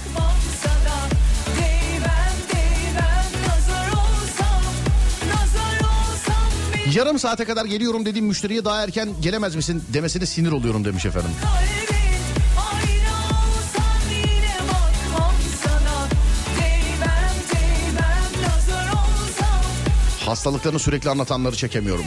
C: Yarım saate kadar geliyorum dediğim müşteriye daha erken gelemez misin demesine sinir oluyorum demiş efendim. Hastalıklarını sürekli anlatanları çekemiyorum.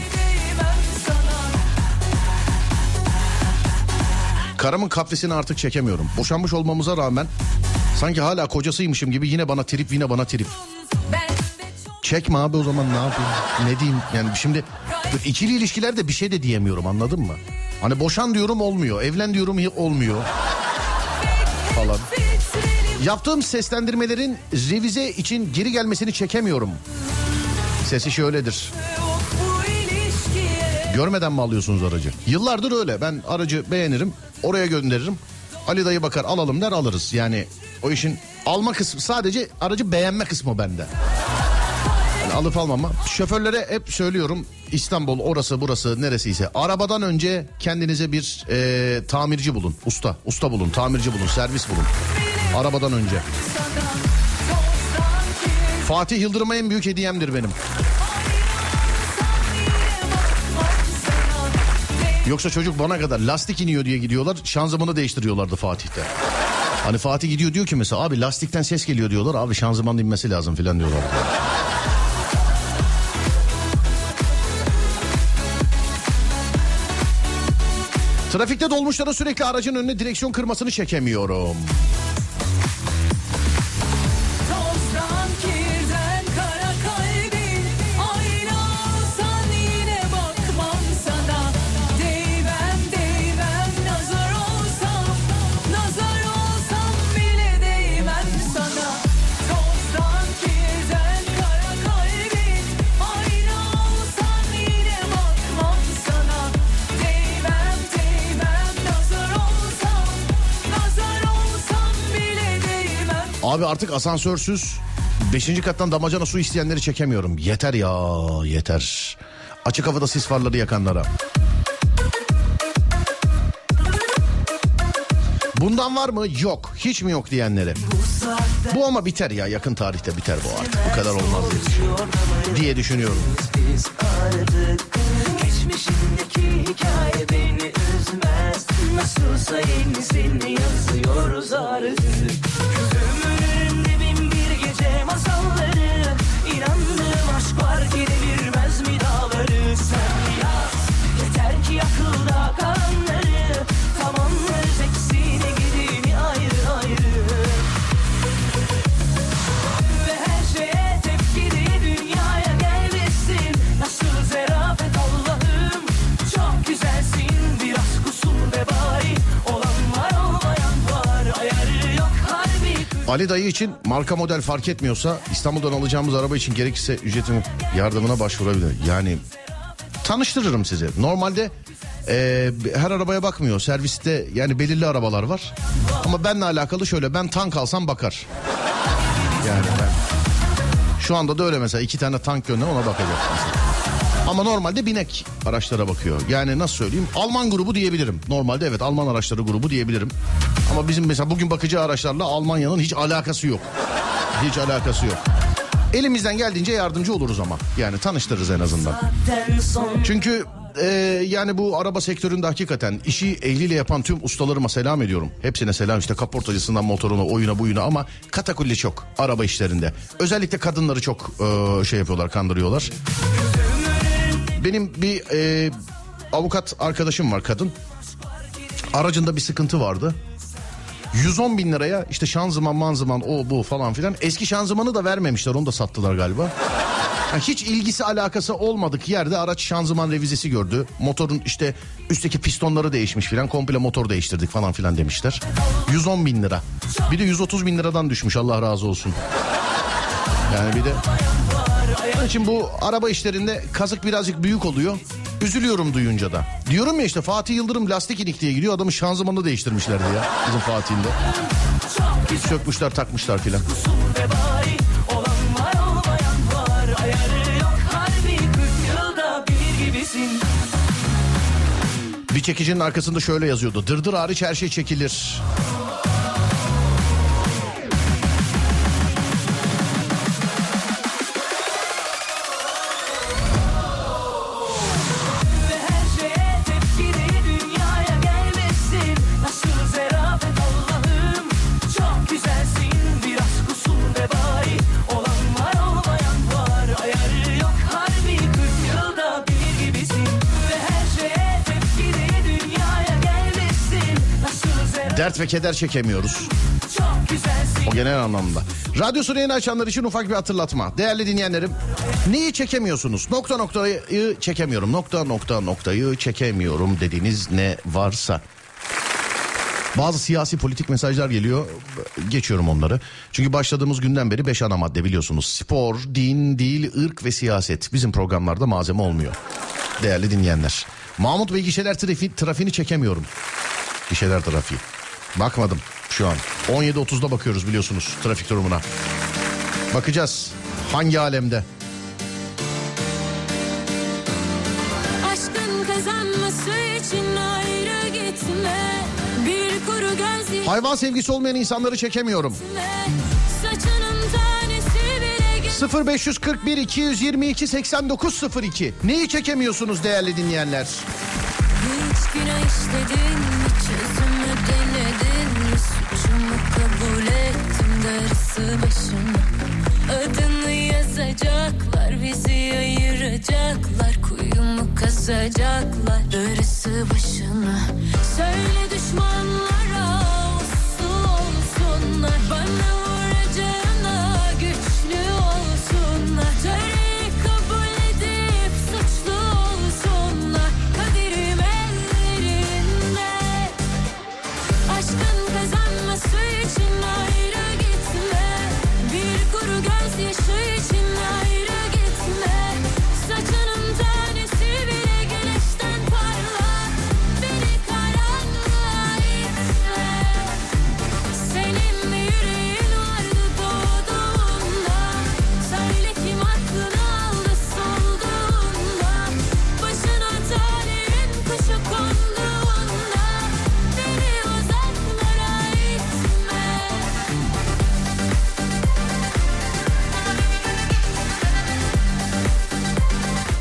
C: Karımın kaprisini artık çekemiyorum. Boşanmış olmamıza rağmen sanki hala kocasıymışım gibi yine bana trip, yine bana trip. Çekme abi, o zaman ne yapayım? Ne diyeyim? Yani şimdi ikili ilişkilerde bir şey de diyemiyorum, anladın mı? Hani boşan diyorum olmuyor, evlen diyorum olmuyor falan. Yaptığım seslendirmelerin revize için geri gelmesini çekemiyorum. Sesi şöyledir. Görmeden mi alıyorsunuz aracı? Yıllardır öyle. Ben aracı beğenirim, oraya gönderirim. Ali dayı bakar, alalım der, alırız. Yani o işin alma kısmı, sadece aracı beğenme kısmı bende. Yani alıp almama. Şoförlere hep söylüyorum, İstanbul orası burası neresiyse, arabadan önce kendinize bir e, tamirci bulun. Usta, usta bulun, tamirci bulun, servis bulun. Arabadan önce. Fatih Yıldırım'a en büyük hediyemdir benim. Yoksa çocuk bana kadar lastik iniyor diye gidiyorlar, şanzımanı değiştiriyorlardı Fatih'te. Hani Fatih gidiyor diyor ki mesela, abi lastikten ses geliyor diyorlar, abi şanzımanın inmesi lazım filan diyorlar. Trafikte dolmuşlara sürekli aracın önüne direksiyon kırmasını çekemiyorum.
D: Tozdan
C: Abi artık asansörsüz beşinci kattan damacana su isteyenleri çekemiyorum. Yeter ya, yeter. Açık havada sis farları yakanlara. Bundan var mı? Yok. Hiç mi yok diyenlere. Bu ama biter ya, yakın tarihte biter bu artık. Bu kadar olmaz diye, diye düşünüyorum.
D: Geçmişindeki hikaye beni üzmez. Nasılsa yenisini yazıyoruz artık. Gözümün önünde bin bir gece masalları. İnandığım aşk var ki devirmez mi dağları. Sen yaz yeter ki akılda kalanları. Tamamlarız eksiğini gidini ayrı ayrı. Ve her şeye tepkili dünyaya gelmesin. Nasıl zerafet Allah'ım. Çok güzelsin biraz kusur ve bari. Olan var olmayan var. Ayarı yok harbi.
C: Ali dayı için marka model fark etmiyorsa İstanbul'dan alacağımız araba için gerekirse ücretim yardımına başvurabilir. Yani tanıştırırım sizi. Normalde e, her arabaya bakmıyor. Serviste yani belirli arabalar var. Ama benimle alakalı şöyle, ben tank alsam bakar. Yani ben şu anda da öyle, mesela iki tane tank gönder, ona bakacak mesela. Ama normalde binek araçlara bakıyor. Yani nasıl söyleyeyim, Alman grubu diyebilirim. Normalde evet, Alman araçları grubu diyebilirim. Ama bizim mesela bugün bakacağı araçlarla Almanya'nın hiç alakası yok. Hiç alakası yok. Elimizden geldiğince yardımcı oluruz ama. Yani tanıştırırız en azından. Çünkü e, yani bu araba sektöründe hakikaten işi ehliyle yapan tüm ustalarıma selam ediyorum. Hepsine selam, işte kaportacısından motoruna, oyuna buyuna, ama katakulli çok araba işlerinde. Özellikle kadınları çok e, şey yapıyorlar, kandırıyorlar. Benim bir e, avukat arkadaşım var, kadın. Aracında bir sıkıntı vardı. yüz on bin liraya işte şanzıman manzıman o bu falan filan. Eski şanzımanı da vermemişler, onu da sattılar galiba. Yani hiç ilgisi alakası olmadık yerde araç şanzıman revizesi gördü. Motorun işte üstteki pistonları değişmiş filan, komple motor değiştirdik falan filan demişler. yüz on bin lira. Bir de yüz otuz bin liradan düşmüş, Allah razı olsun. Yani bir de... Onun için bu araba işlerinde kazık birazcık büyük oluyor. Üzülüyorum duyunca da. Diyorum ya işte, Fatih Yıldırım lastik inik diye gidiyor. Adamın şanzımanını değiştirmişlerdi ya. Bizim Fatih'in de. Sökmüşler takmışlar filan. Bir çekicinin arkasında şöyle yazıyordu: dırdır hariç her şey çekilir. Dert ve keder çekemiyoruz. O genel anlamda. Radyosunu yeni açanlar için ufak bir hatırlatma. Değerli dinleyenlerim, neyi çekemiyorsunuz? Nokta noktayı çekemiyorum. Nokta nokta noktayı çekemiyorum dediğiniz ne varsa. Bazı siyasi politik mesajlar geliyor. Geçiyorum onları. Çünkü başladığımız günden beri beş ana madde biliyorsunuz. Spor, din, dil, ırk ve siyaset. Bizim programlarda malzeme olmuyor. Değerli dinleyenler. Mahmut Bey gişeler trafi, trafiğini çekemiyorum. Gişeler trafiği. Bakmadım şu an. on yedi otuzda bakıyoruz biliyorsunuz trafik durumuna. Bakacağız hangi alemde.
G: Aşkın kazanması için ayrı gitme. Bir kuru göz.
C: Hayvan sevgisi olmayan insanları çekemiyorum.
G: Saçının tanesi bile.
C: sıfır beş kırk bir iki yüz yirmi iki seksen dokuz sıfır iki. Neyi çekemiyorsunuz değerli dinleyenler?
G: Hiç günah işledin mi, çözümü denedin mi, suçumu kabul ettim, darısı başıma. Adını yazacaklar, bizi ayıracaklar, kuyumu kazacaklar, darısı başına. Söyle düşmanlara uslu olsunlar, bana vuracağına güçlü olsunlar. Töreyi kabul edip suçlu olsunlar, kaderim ellerinde. Aşkın kazanması için ayrı gitme. Bir kuru gözyaşı için ayrı gitme. Saçının tanesi bile güneşten parlar.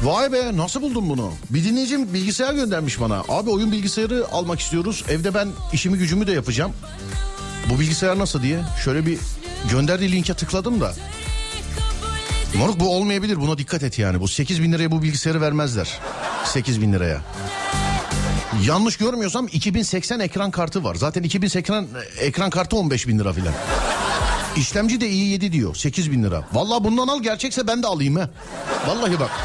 C: Vay be, nasıl buldun bunu? Bir dinleyicim bilgisayar göndermiş bana. Abi oyun bilgisayarı almak istiyoruz. Evde ben işimi gücümü de yapacağım. Bu bilgisayar nasıl diye. Şöyle bir gönderdiği linke tıkladım da. Moruk bu olmayabilir, buna dikkat et yani. Bu sekiz bin liraya bu bilgisayarı vermezler. sekiz bin liraya. Yanlış görmüyorsam iki bin seksen ekran kartı var. Zaten iki bin seksen ekran kartı on beş bin lira filan. İşlemci de i yedi diyor, sekiz bin lira. Vallahi bundan al, gerçekse ben de alayım ha. Vallahi bak.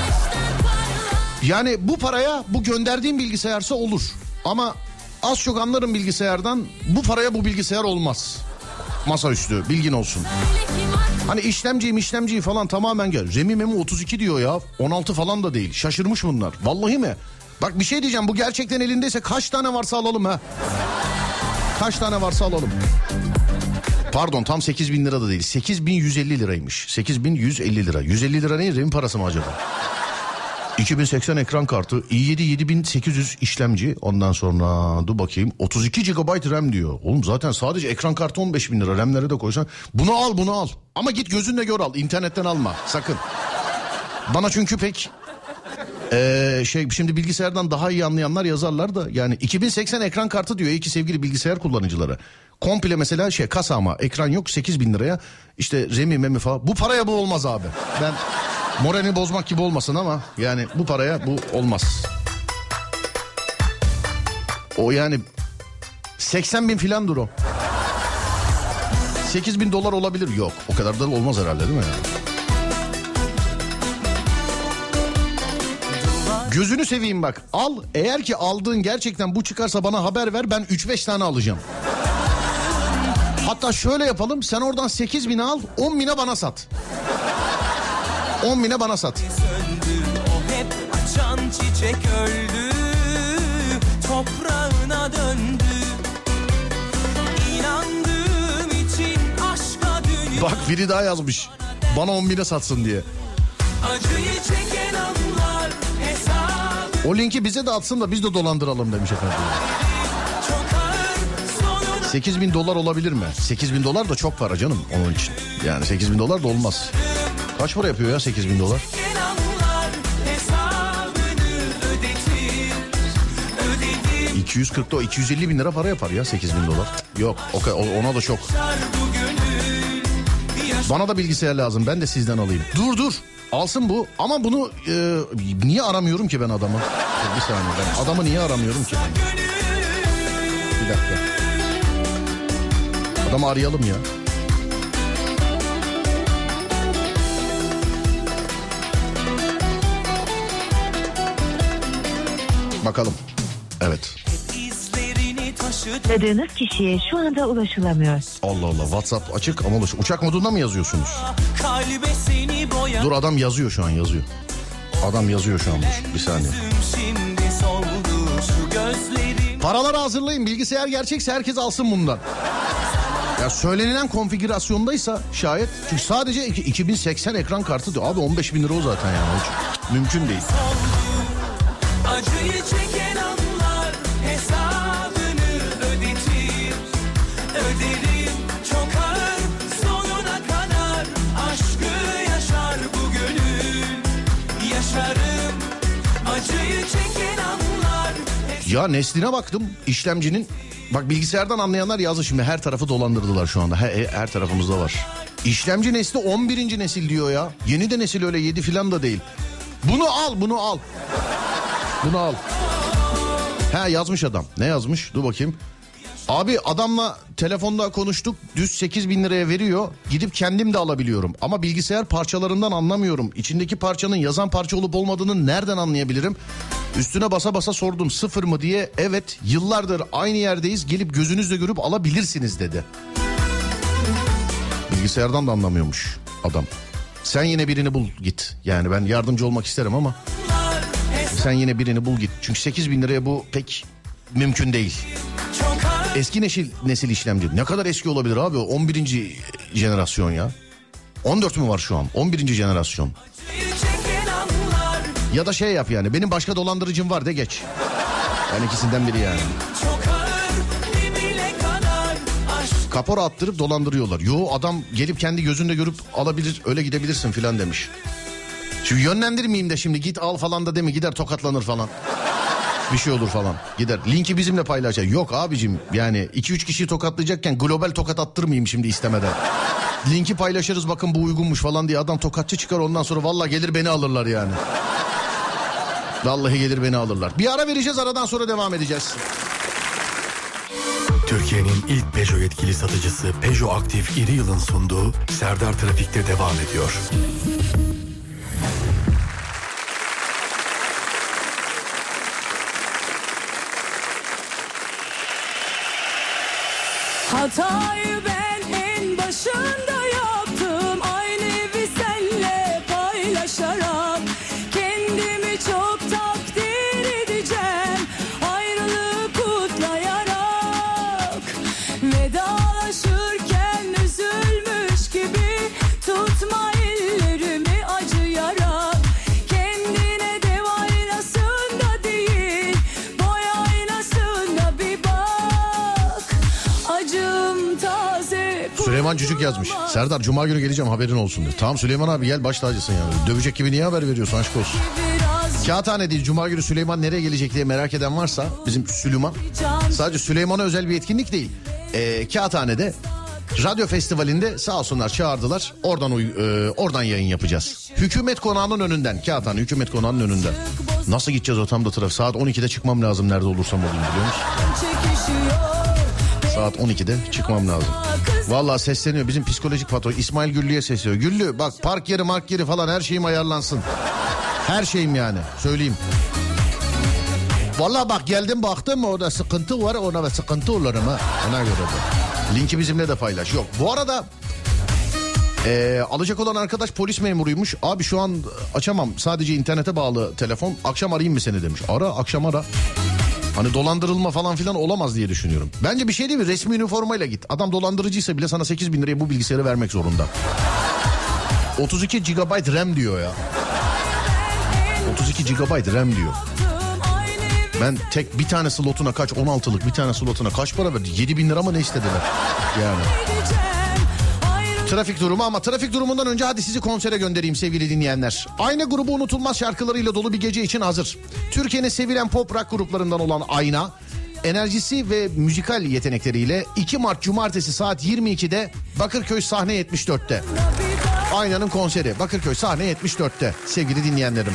C: Yani bu paraya bu gönderdiğim bilgisayarsa olur. Ama az çok anlarım bilgisayardan, bu paraya bu bilgisayar olmaz. Masaüstü, bilgin olsun. Hani işlemciyi işlemciyi falan tamamen gel. RAM'i memi otuz iki diyor ya. on altı falan da değil. Şaşırmış bunlar. Vallahi mi? Bak bir şey diyeceğim, bu gerçekten elindeyse kaç tane varsa alalım ha. Kaç tane varsa alalım. Pardon, tam sekiz bin lira da değil. sekiz bin yüz elli liraymış. sekiz bin yüz elli lira. yüz elli lira ne? RAM'in parası mı acaba? iki bin seksen ekran kartı, i yedi yedi bin sekiz yüz işlemci. Ondan sonra dur bakayım, otuz iki gigabayt RAM diyor. Oğlum zaten sadece ekran kartı on beş bin lira. RAM'leri de koysan. Bunu al, bunu al. Ama git gözünle gör al. İnternetten alma sakın. Bana çünkü pek ee, şey şimdi bilgisayardan daha iyi anlayanlar yazarlar da. Yani iki bin seksen ekran kartı diyor. İyi ki sevgili bilgisayar kullanıcıları. Komple mesela şey kasa ama ekran yok, sekiz bin liraya. İşte RAM'i memi falan. Bu paraya bu olmaz abi. Ben moralini bozmak gibi olmasın ama yani bu paraya bu olmaz. O yani seksen bin filandır o. sekiz bin dolar olabilir. Yok, o kadar da olmaz herhalde, değil mi yani? Gözünü seveyim bak, al, eğer ki aldığın gerçekten bu çıkarsa bana haber ver, ben üç beş tane alacağım. Hatta şöyle yapalım, sen oradan sekiz bine al, on bine bana sat. on bine bana sat.
B: Söndü, o hep açan çiçek öldü, toprağına döndü. İnandığım için aşka dünya.
C: Bak biri daha yazmış, bana on bine satsın diye.
B: Acıyı çeken anlar hesabı.
C: O linki bize de atsın da biz de dolandıralım demiş efendim. sekiz bin dolar olabilir mi? sekiz bin dolar da çok para canım onun için. Yani sekiz bin dolar da olmaz. Kaç para yapıyor ya sekiz bin dolar? iki yüz kırk iki yüz elli bin lira para yapar ya sekiz bin dolar. Yok ona da çok. Bana da bilgisayar lazım, ben de sizden alayım. Dur dur alsın bu ama bunu e, niye aramıyorum ki ben adamı? Bir saniye, ben adamı niye aramıyorum ki ben? Bir dakika. Adamı arayalım ya. Bakalım. Evet.
H: Aradığınız kişiye şu anda ulaşılamıyor.
C: Allah Allah, WhatsApp açık ama ulaş. Uçak modunda mı yazıyorsunuz? Dur, adam yazıyor şu an, yazıyor. Adam yazıyor şu an. Dur, bir saniye. Paraları hazırlayın, bilgisayar gerçekse herkes alsın bundan. Ya söylenilen konfigürasyondaysa şayet, çünkü sadece iki bin seksen ekran kartı diyor. Abi on beş bin lira o zaten yani. Hiç mümkün değil.
B: Acıyı çeken anlar hesabını ödetir, öderim çok ağır sonuna kadar, aşkı yaşar bu gönül, yaşarım acıyı çeken anlar.
C: Ya nesline baktım işlemcinin. Bak bilgisayardan anlayanlar yazdı şimdi, her tarafı dolandırdılar şu anda. Her, her tarafımızda var. İşlemci nesli on birinci nesil diyor ya. Yeni de nesil, öyle yedi filan da değil. Bunu al, bunu al. Bunu al. He yazmış adam. Ne yazmış? Dur bakayım. Abi adamla telefonda konuştuk. Düz sekiz bin liraya veriyor. Gidip kendim de alabiliyorum. Ama bilgisayar parçalarından anlamıyorum. İçindeki parçanın yazan parça olup olmadığını nereden anlayabilirim? Üstüne basa basa sordum, sıfır mı diye. Evet, yıllardır aynı yerdeyiz, gelip gözünüzle görüp alabilirsiniz dedi. Bilgisayardan da anlamıyormuş adam. Sen yine birini bul git. Yani ben yardımcı olmak isterim ama sen yine birini bul git. Çünkü sekiz bin liraya bu pek mümkün değil. Eski nesil, nesil işlemci. Ne kadar eski olabilir abi? on birinci jenerasyon ya. on dört mü var şu an? on birinci jenerasyon. Ya da şey yap yani, benim başka dolandırıcım var de geç. Yani ikisinden biri yani. Kapora attırıp dolandırıyorlar. Yo, adam gelip kendi gözünle görüp alabilir, öyle gidebilirsin filan demiş. Şimdi yönlendirmeyeyim de şimdi git al falan da deme, gider tokatlanır falan. Bir şey olur falan. Gider linki bizimle paylaşacak. Yok abicim, yani iki üç kişiyi tokatlayacakken global tokat attırmayayım şimdi istemeden. Linki paylaşırız, bakın bu uygunmuş falan diye adam tokatçı çıkar, ondan sonra vallahi gelir beni alırlar yani. Vallahi gelir beni alırlar. Bir ara vereceğiz, aradan sonra devam edeceğiz.
A: Türkiye'nin ilk Peugeot yetkili satıcısı Peugeot Aktif İri Yıl'ın sunduğu Serdar Trafik'te devam ediyor.
D: Hatayı ben en başında yaptım, aynı evi senle paylaşarak. Kendimi çok takdir edeceğim, ayrılığı kutlayarak. Vedalaşırken üzülmüş gibi tutma ellerimi acıyarak. Kendine dev aynasında değil, boy aynasında bir bak. Acım taze.
C: Süleyman Cücük yazmış. Serdar cuma günü geleceğim, haberin olsun diyor. Tamam Süleyman abi, gel baş tacısın yani. Dövecek gibi niye haber veriyorsun, aşk olsun. Kağıthane değil, cuma günü Süleyman nereye gelecek diye merak eden varsa, bizim Süleyman. Sadece Süleyman'a özel bir etkinlik değil. Ee, Kağıthane'de radyo festivalinde sağ olsunlar çağırdılar. Oradan uy- e, oradan yayın yapacağız. Hükümet Konağı'nın önünden. Kağıthane Hükümet Konağı'nın önünden. Nasıl gideceğiz o tam da trafik? Saat on ikide çıkmam lazım nerede olursam olayım, biliyor musun? Saat on ikide çıkmam lazım. Vallahi sesleniyor bizim psikolojik patron İsmail Güllü'ye sesleniyor. Güllü bak, park yeri mark yeri falan her şeyim ayarlansın. Her şeyim yani, söyleyeyim. Vallahi bak geldim baktım orada sıkıntı var, ona da sıkıntı olurum ha. Ona göre de. Linki bizimle de paylaş. Yok bu arada ee, alacak olan arkadaş polis memuruymuş. Abi şu an açamam, sadece internete bağlı telefon, akşam arayayım mı seni demiş. Ara, akşam ara. Hani dolandırılma falan filan olamaz diye düşünüyorum. Bence bir şey değil mi? Resmi üniformayla git. Adam dolandırıcıysa bile sana sekiz bin liraya bu bilgisayarı vermek zorunda. otuz iki gigabayt RAM diyor ya. otuz iki gigabayt RAM diyor. Ben tek bir tane slotuna kaç, on altılık bir tane slotuna kaç para verdi? yedi bin lira mı ne istediler? Yani. Trafik durumu, ama trafik durumundan önce hadi sizi konsere göndereyim sevgili dinleyenler. Ayna grubu unutulmaz şarkılarıyla dolu bir gece için hazır. Türkiye'nin sevilen pop rock gruplarından olan Ayna, enerjisi ve müzikal yetenekleriyle iki Mart Cumartesi saat yirmi ikide Bakırköy sahne yetmiş dörtte. Ayna'nın konseri Bakırköy sahne yetmiş dörtte sevgili dinleyenlerim.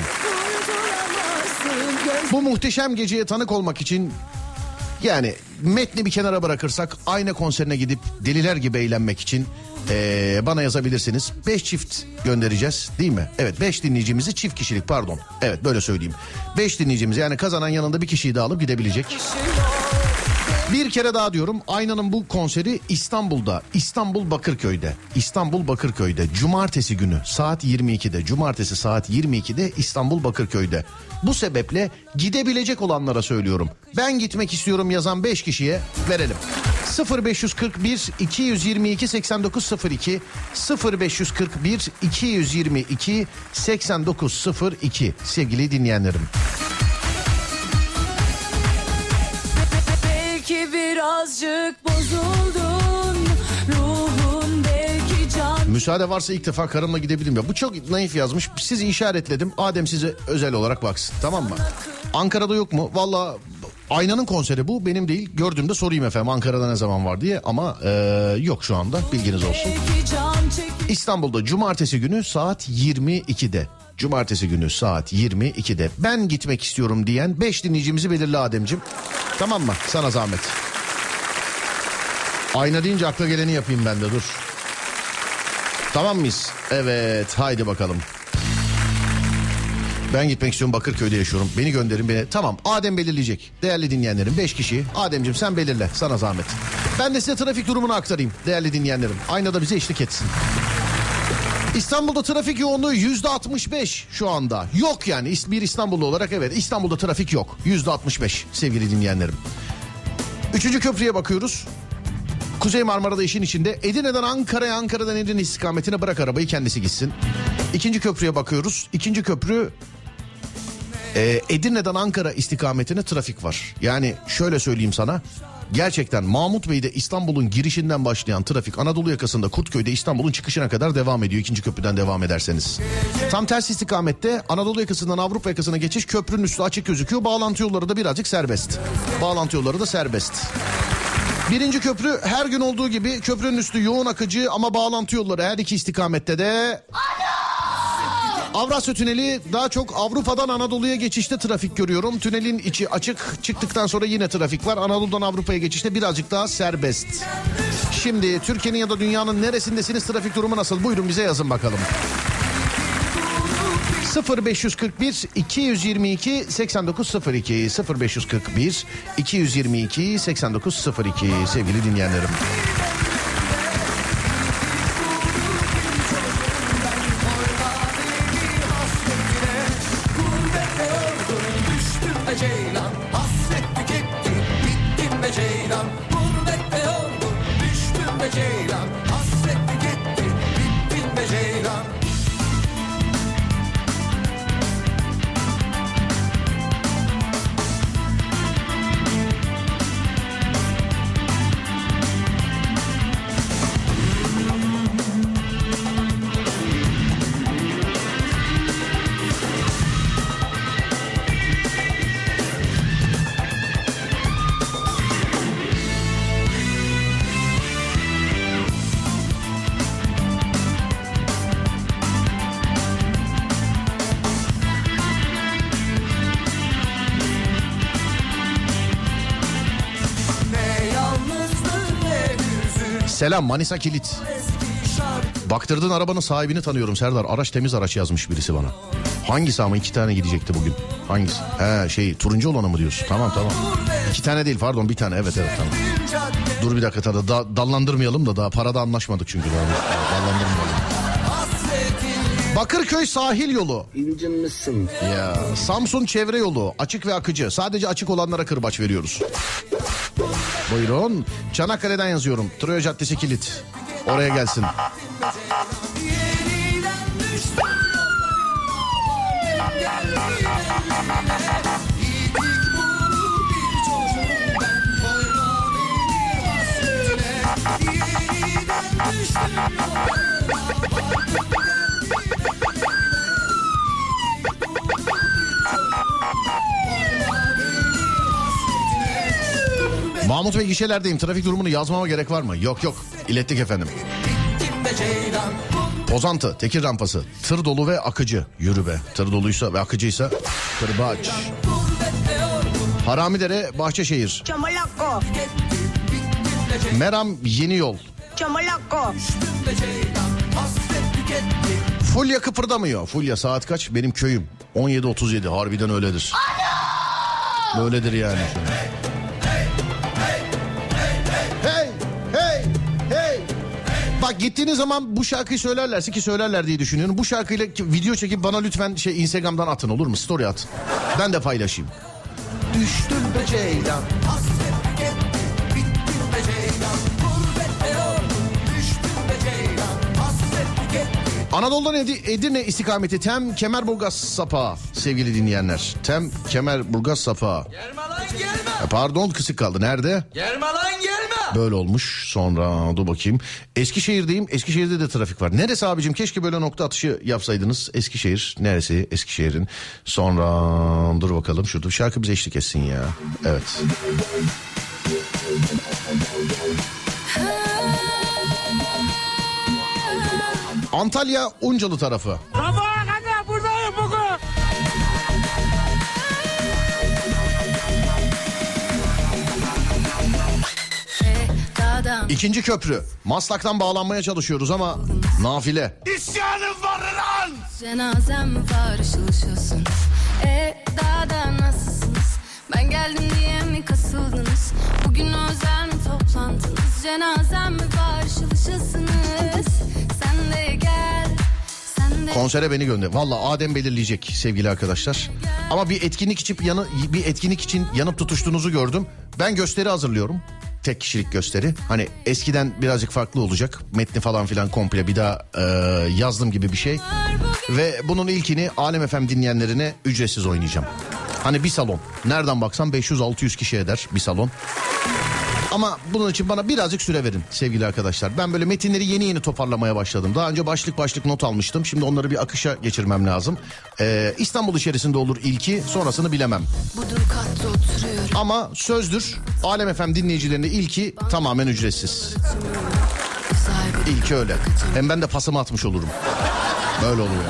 C: Bu muhteşem geceye tanık olmak için, yani metni bir kenara bırakırsak, Ayna konserine gidip deliler gibi eğlenmek için ee, bana yazabilirsiniz. beş çift göndereceğiz değil mi? Evet, beş dinleyicimizi, çift kişilik pardon. Evet böyle söyleyeyim. beş dinleyicimiz, yani kazanan yanında bir kişiyi daha alıp gidebilecek. Bir kere daha diyorum, Ayna'nın bu konseri İstanbul'da, İstanbul Bakırköy'de, İstanbul Bakırköy'de Cumartesi günü saat yirmi ikide, Cumartesi saat yirmi ikide İstanbul Bakırköy'de. Bu sebeple gidebilecek olanlara söylüyorum. Ben gitmek istiyorum yazan beş kişiye verelim. sıfır beş kırk bir iki yüz yirmi iki seksen dokuz sıfır iki sıfır beş kırk bir iki yüz yirmi iki seksen dokuz sıfır iki sevgili dinleyenlerim.
D: Birazcık bozuldun, ruhun belki can.
C: Müsaade varsa ilk defa karımla gidebilirim ya. Bu çok naif yazmış. Sizi işaretledim. Adem size özel olarak baksın. Tamam mı? Ankara'da yok mu? Valla Ayna'nın konseri bu. Benim değil. Gördüğümde sorayım efendim Ankara'da ne zaman var diye. Ama ee, yok şu anda. Bilginiz olsun. İstanbul'da Cumartesi günü saat yirmi ikide. Cumartesi günü saat yirmi ikide. Ben gitmek istiyorum diyen beş dinleyicimizi belirle Ademciğim. Tamam mı? Sana zahmet. Ayna deyince akla geleni yapayım ben de, dur. Tamam mıyız? Evet, haydi bakalım. Ben gitmek istiyorum, Bakırköy'de yaşıyorum. Beni gönderin beni. Tamam, Adem belirleyecek. Değerli dinleyenlerim, beş kişi. Ademciğim sen belirle, sana zahmet. Ben de size trafik durumunu aktarayım değerli dinleyenlerim. Aynada bize eşlik etsin. İstanbul'da trafik yoğunluğu yüzde altmış beş şu anda. Yok yani, bir İstanbullu olarak evet, İstanbul'da trafik yok. Yüzde altmış beş sevgili dinleyenlerim. Üçüncü köprüye bakıyoruz. Kuzey Marmara'da işin içinde. Edirne'den Ankara'ya, Ankara'dan Edirne istikametine bırak arabayı, kendisi gitsin. İkinci köprüye bakıyoruz. İkinci köprü e, Edirne'den Ankara istikametine trafik var. Yani şöyle söyleyeyim sana. Gerçekten Mahmut Bey'de İstanbul'un girişinden başlayan trafik Anadolu yakasında Kurtköy'de İstanbul'un çıkışına kadar devam ediyor. İkinci köprüden devam ederseniz. Tam ters istikamette Anadolu yakasından Avrupa yakasına geçiş köprünün üstü açık gözüküyor. Bağlantı yolları da birazcık serbest. Bağlantı yolları da serbest. Birinci köprü her gün olduğu gibi köprünün üstü yoğun akıcı ama bağlantı yolları her iki istikamette de... Avrasya Tüneli daha çok Avrupa'dan Anadolu'ya geçişte trafik görüyorum. Tünelin içi açık, çıktıktan sonra yine trafik var. Anadolu'dan Avrupa'ya geçişte birazcık daha serbest. Şimdi Türkiye'nin ya da dünyanın neresindesiniz, trafik durumu nasıl? Buyurun bize yazın bakalım. sıfır beş kırk bir iki yüz yirmi iki seksen dokuz sıfır iki sıfır beş kırk bir iki yüz yirmi iki seksen dokuz sıfır iki sevgili dinleyenlerim. Selam Manisa Kilit. Baktırdığın arabanın sahibini tanıyorum Serdar. Araç temiz araç yazmış birisi bana. Hangisi ama iki tane gidecekti bugün. Hangisi? He şey turuncu olanı mı diyorsun? Tamam tamam. İki tane değil pardon bir tane evet evet tamam. Dur bir dakika da, da dallandırmayalım da daha parada anlaşmadık çünkü. Daha, dallandırmayalım. Bakırköy sahil yolu.
I: İncinmişsin.
C: Ya Samsun çevre yolu açık ve akıcı. Sadece açık olanlara kırbaç veriyoruz. Buyurun. Çanakkale'den yazıyorum. Troya Caddesi kilit. Oraya gelsin. Mahmut Bey gişelerdeyim. Trafik durumunu yazmama gerek var mı? Yok yok. İlettik efendim. Pozantı, Tekir rampası. Tır dolu ve akıcı. Yürü be. Tır doluysa ve akıcıysa kırbaç. Haramidere, Bahçeşehir.
J: Çamalakko.
C: Meram, Yeni Yol.
J: Çamalakko.
C: Fulya kıpırdamıyor. Fulya saat kaç? Benim köyüm. on yedi otuz yedi. Harbiden öyledir. Böyledir yani. Hey, hey, hey. Bak gittiğiniz zaman bu şarkıyı söylerlerse ki söylerler diye düşünüyorum. Bu şarkıyla video çekip bana lütfen şey Instagram'dan atın olur mu? Story at. Ben de paylaşayım. Düştüm be ceylan. Anadolu'dan Edirne istikameti Tem Kemerburgaz Sapağı sevgili dinleyenler. Tem Kemerburgaz Sapağı.
B: Gelme lan gelme.
C: Pardon kısık kaldı. Nerede?
B: Gelme lan gelme.
C: Böyle olmuş. Sonra dur bakayım. Eskişehir'deyim. Eskişehir'de de trafik var. Neresi abicim? Keşke böyle nokta atışı yapsaydınız. Eskişehir. Neresi? Eskişehir'in. Sonra dur bakalım. Şurada bir şarkı bize eşlik etsin ya. Evet. Antalya Uncalı tarafı.
K: Sabaha kadar buradayım bugün.
C: İkinci köprü. Maslak'tan bağlanmaya çalışıyoruz ama nafile.
K: İsyanım var lan.
G: Cenazem var ışılışıyorsunuz. E dağda nasılsınız? Ben geldim diye mi kasıldınız? Bugün özel mi toplantınız? Cenazem mi var ışılışıyorsunuz? Sen de gel. Sen de...
C: Konsere beni gönder. Valla Adem belirleyecek sevgili arkadaşlar. Ama bir etkinlik için yanı bir etkinlik için yanıp tutuştuğunuzu gördüm. Ben gösteri hazırlıyorum. Tek kişilik gösteri. Hani eskiden birazcık farklı olacak. Metni falan filan komple bir daha e, yazdım gibi bir şey. Ve bunun ilkini Alem F M dinleyenlerine ücretsiz oynayacağım. Hani bir salon. Nereden baksan beş yüz altı yüz kişi eder bir salon. Ama bunun için bana birazcık süre verin sevgili arkadaşlar. Ben böyle metinleri yeni yeni toparlamaya başladım. Daha önce başlık başlık not almıştım. Şimdi onları bir akışa geçirmem lazım. Ee, İstanbul içerisinde olur ilki, sonrasını bilemem. Ama sözdür, Alem F M dinleyicilerine ilki tamamen ücretsiz. İlki öyle. Hem ben de pasımı atmış olurum. Böyle oluyor.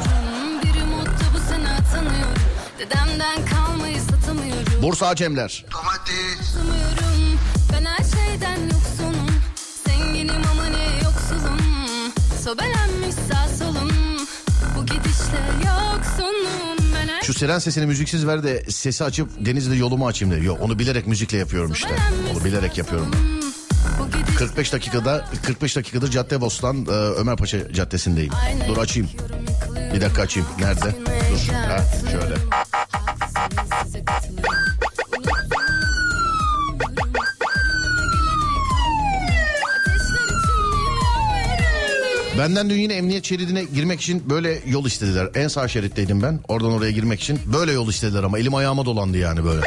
G: Dedemden kalmayı satamıyorum.
C: Bursa Acemler.
G: Domates. Ben her şeyden yoksunum. Zenginim ama ne yoksulum. Sobelenmiş sağ solum. Bu gidişle yoksunum. Ben her...
C: Şu siren sesini müziksiz ver de sesi açıp Denizli yolumu açayım de. Yok, onu bilerek müzikle yapıyorum işte. Onu bilerek yapıyorum. kırk beş dakikada kırk beş dakikadır Caddebostan e, Ömerpaşa Caddesi'ndeyim. Dur açayım. Bir dakika açayım. Nerede? Dur. Ha, şöyle. Benden dün yine emniyet şeridine girmek için böyle yol istediler. En sağ şeritteydim ben. Oradan oraya girmek için böyle yol istediler ama elim ayağıma dolandı yani böyle.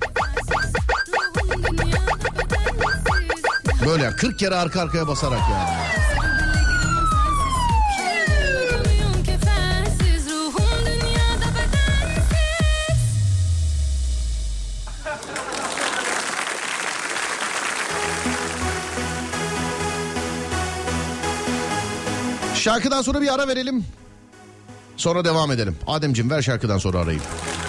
C: Böyle ya, kırk kere arka arkaya basarak yani. Şarkıdan sonra bir ara verelim. Sonra devam edelim. Ademciğim ver şarkıdan sonra arayayım.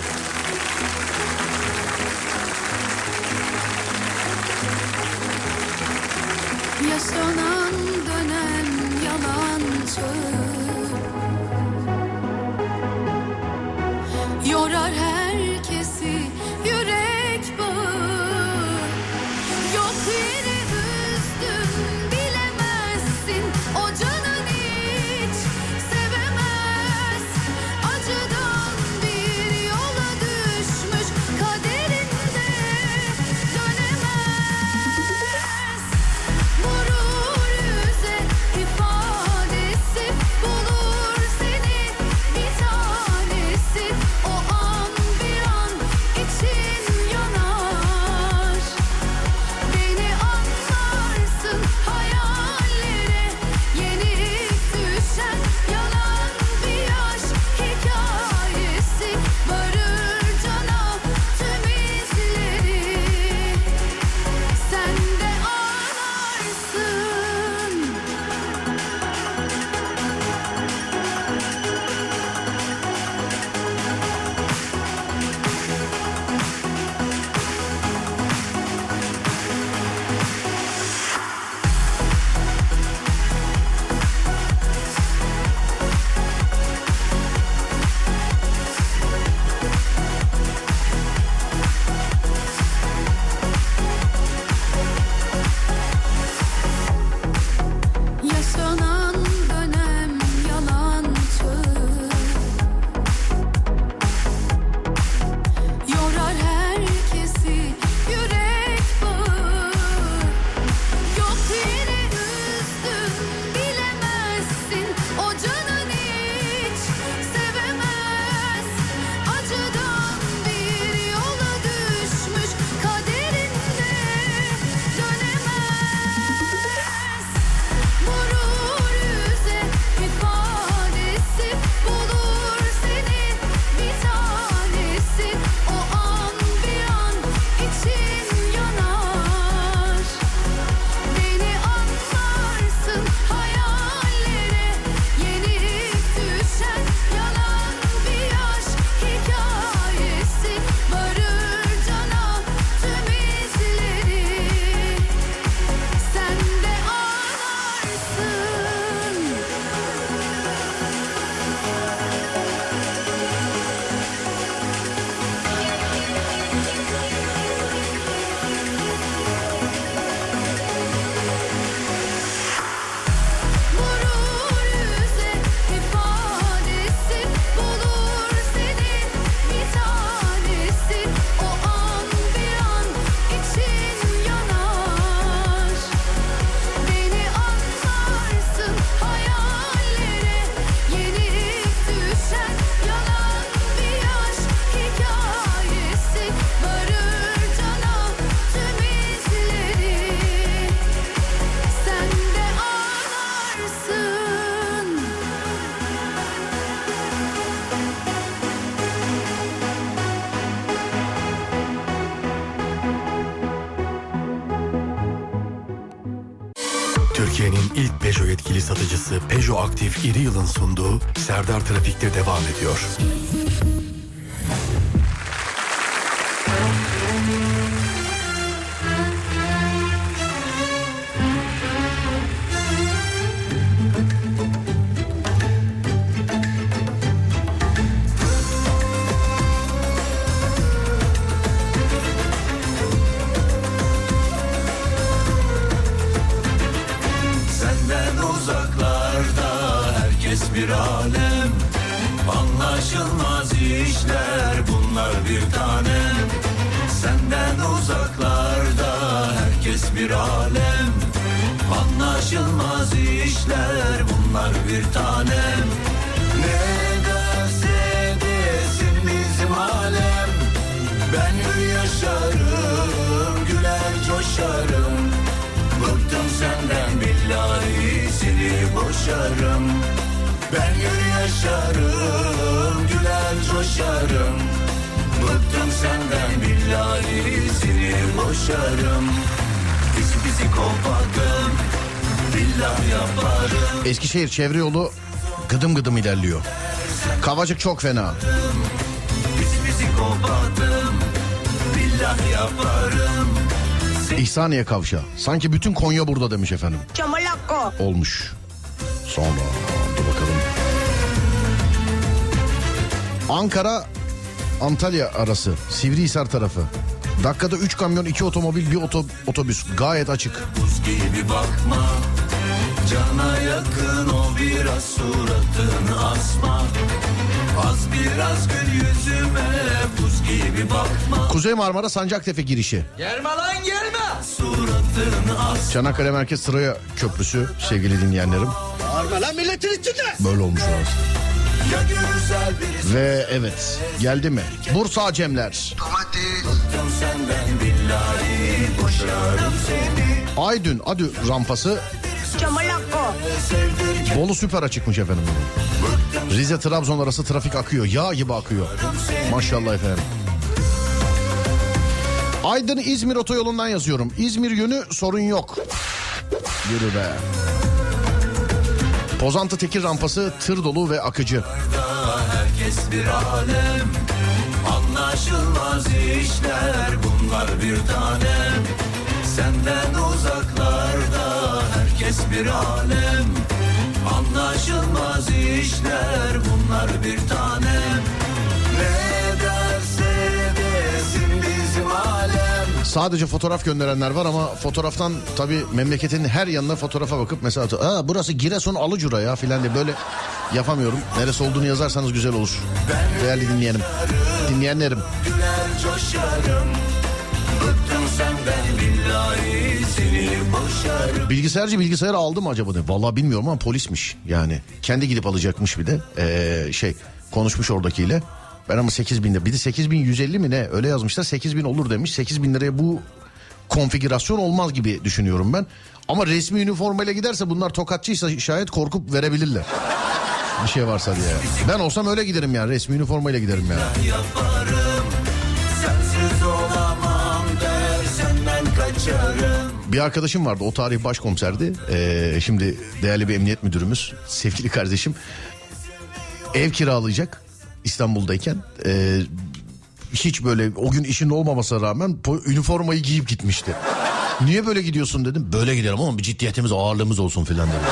G: Yaşanan dönem yalancı, yorar herkesi yürek bağı. Yok yere üzdün bilemezsin, o canın hiç sevemez. Acıdan bir yol
A: Türkiye'nin ilk Peugeot yetkili satıcısı Peugeot Aktif İri Yıl'ın sunduğu Serdar Trafik'te devam ediyor.
B: Bir alem, anlaşılmaz işler, bunlar bir tanem. Senden uzaklarda herkes bir alem, anlaşılmaz işler, bunlar bir tanem. Ne derse desin bizim alem, ben gül yaşarım, güler coşarım. Bıktım senden billahi, seni boşarım. Ben gül yaşarım, güler coşarım. Bıktım senden billahi, seni boşarım. Bizi bizi kopardım, billah yaparım.
C: Eskişehir çevre yolu gıdım gıdım ilerliyor. Kavacık çok fena.
B: Bizi bizi kopardım, billah yaparım.
C: İhsaniye kavşağı. Sanki bütün Konya burada demiş efendim.
J: Çamalakko.
C: Olmuş. Sonra dur bakalım. Ankara Antalya arası Sivrihisar tarafı. Dakikada üç kamyon, iki otomobil, bir oto, otobüs. Gayet açık.
B: Buz gibi bakma, cana yakın o, biraz suratını asma. Az biraz gül yüzüme, buz gibi bakma.
C: Kuzey Marmara Sancaktepe girişi.
B: Gelme lan gelme. Suratını asma.
C: Çanakkale Merkez Sıraya Köprüsü sevgili dinleyenlerim.
K: Bağırma lan milletin içinde.
C: Böyle olmuş orası.
B: Ya güzel birisi.
C: Ve evet geldi mi? Bursa Acemler.
B: Bıktım senden billahi, boşarım seni.
C: Aydın Adü rampası.
J: Çamalakko.
C: Bolu süper açıkmış efendim. Rize Trabzon arası trafik akıyor. Yağ gibi akıyor. Maşallah efendim. Aydın İzmir otoyolundan yazıyorum. İzmir yönü sorun yok. Yürü be. Pozantı Tekir rampası tır dolu ve akıcı.
B: Herkes bir alem, anlaşılmaz işler, bunlar bir tanem. Senden uzaklarda herkes bir alem, anlaşılmaz işler, bunlar bir tanem. Ne derse desin bizim alem.
C: Sadece fotoğraf gönderenler var ama fotoğraftan tabii memleketin her yanına fotoğrafa bakıp mesela aa, burası Giresun Alıcura ya filan diye böyle yapamıyorum. Neresi olduğunu yazarsanız güzel olur. Değerli dinleyenim. Dinleyenlerim.
B: Güler coşarım, bıktım senden billahi, seni boşarım.
C: Bilgisayarcı bilgisayarı aldı mı acaba? Vallahi bilmiyorum ama polismiş yani. Kendi gidip alacakmış bir de. Ee, şey konuşmuş oradakiyle. Ben ama sekiz binde, bir de sekiz bin yüz elli mi ne öyle yazmışlar, sekiz bin olur demiş. sekiz bin liraya bu konfigürasyon olmaz gibi düşünüyorum ben. Ama resmi üniformayla giderse bunlar tokatçıysa şayet korkup verebilirler. Bir şey varsa diye. Ben olsam öyle giderim yani, resmi üniformayla giderim yani.
B: Yaparım, sensiz olamam der, senden kaçarım.
C: Bir arkadaşım vardı, o tarih başkomiserdi. Ee, şimdi değerli bir emniyet müdürümüz, sevgili kardeşim. Ev kiralayacak İstanbul'dayken. Ee, hiç böyle o gün işin olmamasına rağmen üniformayı giyip gitmişti. Niye böyle gidiyorsun dedim. Böyle giderim ama bir ciddiyetimiz, ağırlığımız olsun filan dedi.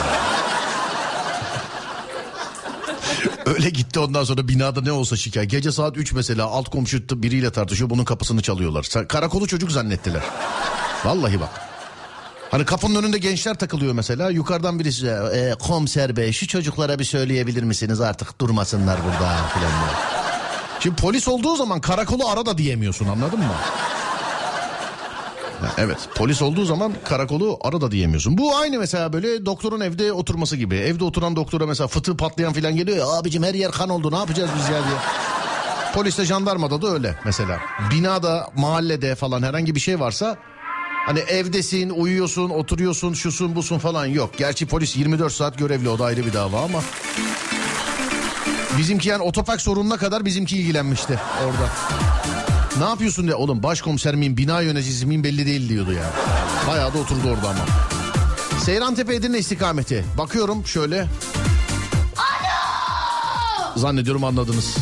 C: Öyle gitti, ondan sonra binada ne olsa şikayet. Gece saat üç mesela alt komşu biriyle tartışıyor, bunun kapısını çalıyorlar. Karakolu çocuk zannettiler. Vallahi bak. Hani kapının önünde gençler takılıyor mesela. Yukarıdan birisi e, komiser bey şu çocuklara bir söyleyebilir misiniz artık durmasınlar burada filan diyor. Şimdi polis olduğu zaman karakolu ara da diyemiyorsun, anladın mı? Ya evet, polis olduğu zaman karakolu ara da diyemiyorsun. Bu aynı mesela böyle doktorun evde oturması gibi. Evde oturan doktora mesela fıtığı patlayan filan geliyor ya, abicim her yer kan oldu ne yapacağız biz ya diye. Poliste, jandarmada da öyle mesela. Binada, mahallede falan herhangi bir şey varsa hani evdesin, uyuyorsun, oturuyorsun, şusun busun falan yok. Gerçi polis yirmi dört saat görevli, o da ayrı bir dava ama. Bizimki yani otopark sorununa kadar bizimki ilgilenmişti orada. Ne yapıyorsun diye, oğlum başkomiser miyim, bina yöneticisi miyim belli değil diyordu ya. Bayağı da oturdu orada ama. Seyrantepe Edirne istikameti. Bakıyorum şöyle. Alo! Zannediyorum anladınız.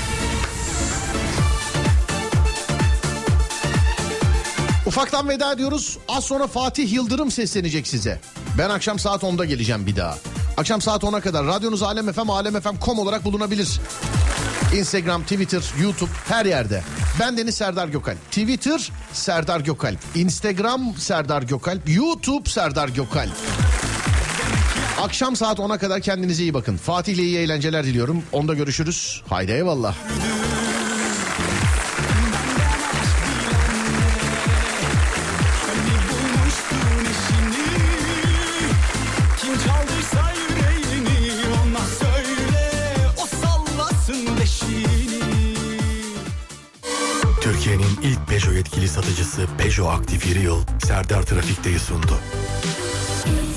C: Ufaktan veda ediyoruz. Az sonra Fatih Yıldırım seslenecek size. Ben akşam saat onda geleceğim bir daha. Akşam saat ona kadar radyonuz Alem F M, alem f m nokta com olarak bulunabilir. Instagram, Twitter, YouTube her yerde. Ben Deniz Serdar Gökalp. Twitter Serdar Gökalp. Instagram Serdar Gökalp. YouTube Serdar Gökalp. Akşam saat ona kadar kendinize iyi bakın. Fatih'le iyi eğlenceler diliyorum. Onda görüşürüz. Haydi eyvallah.
A: Türkiye'nin ilk Peugeot yetkili satıcısı Peugeot Aktif İri Yıl Serdar Trafik'teyi sundu.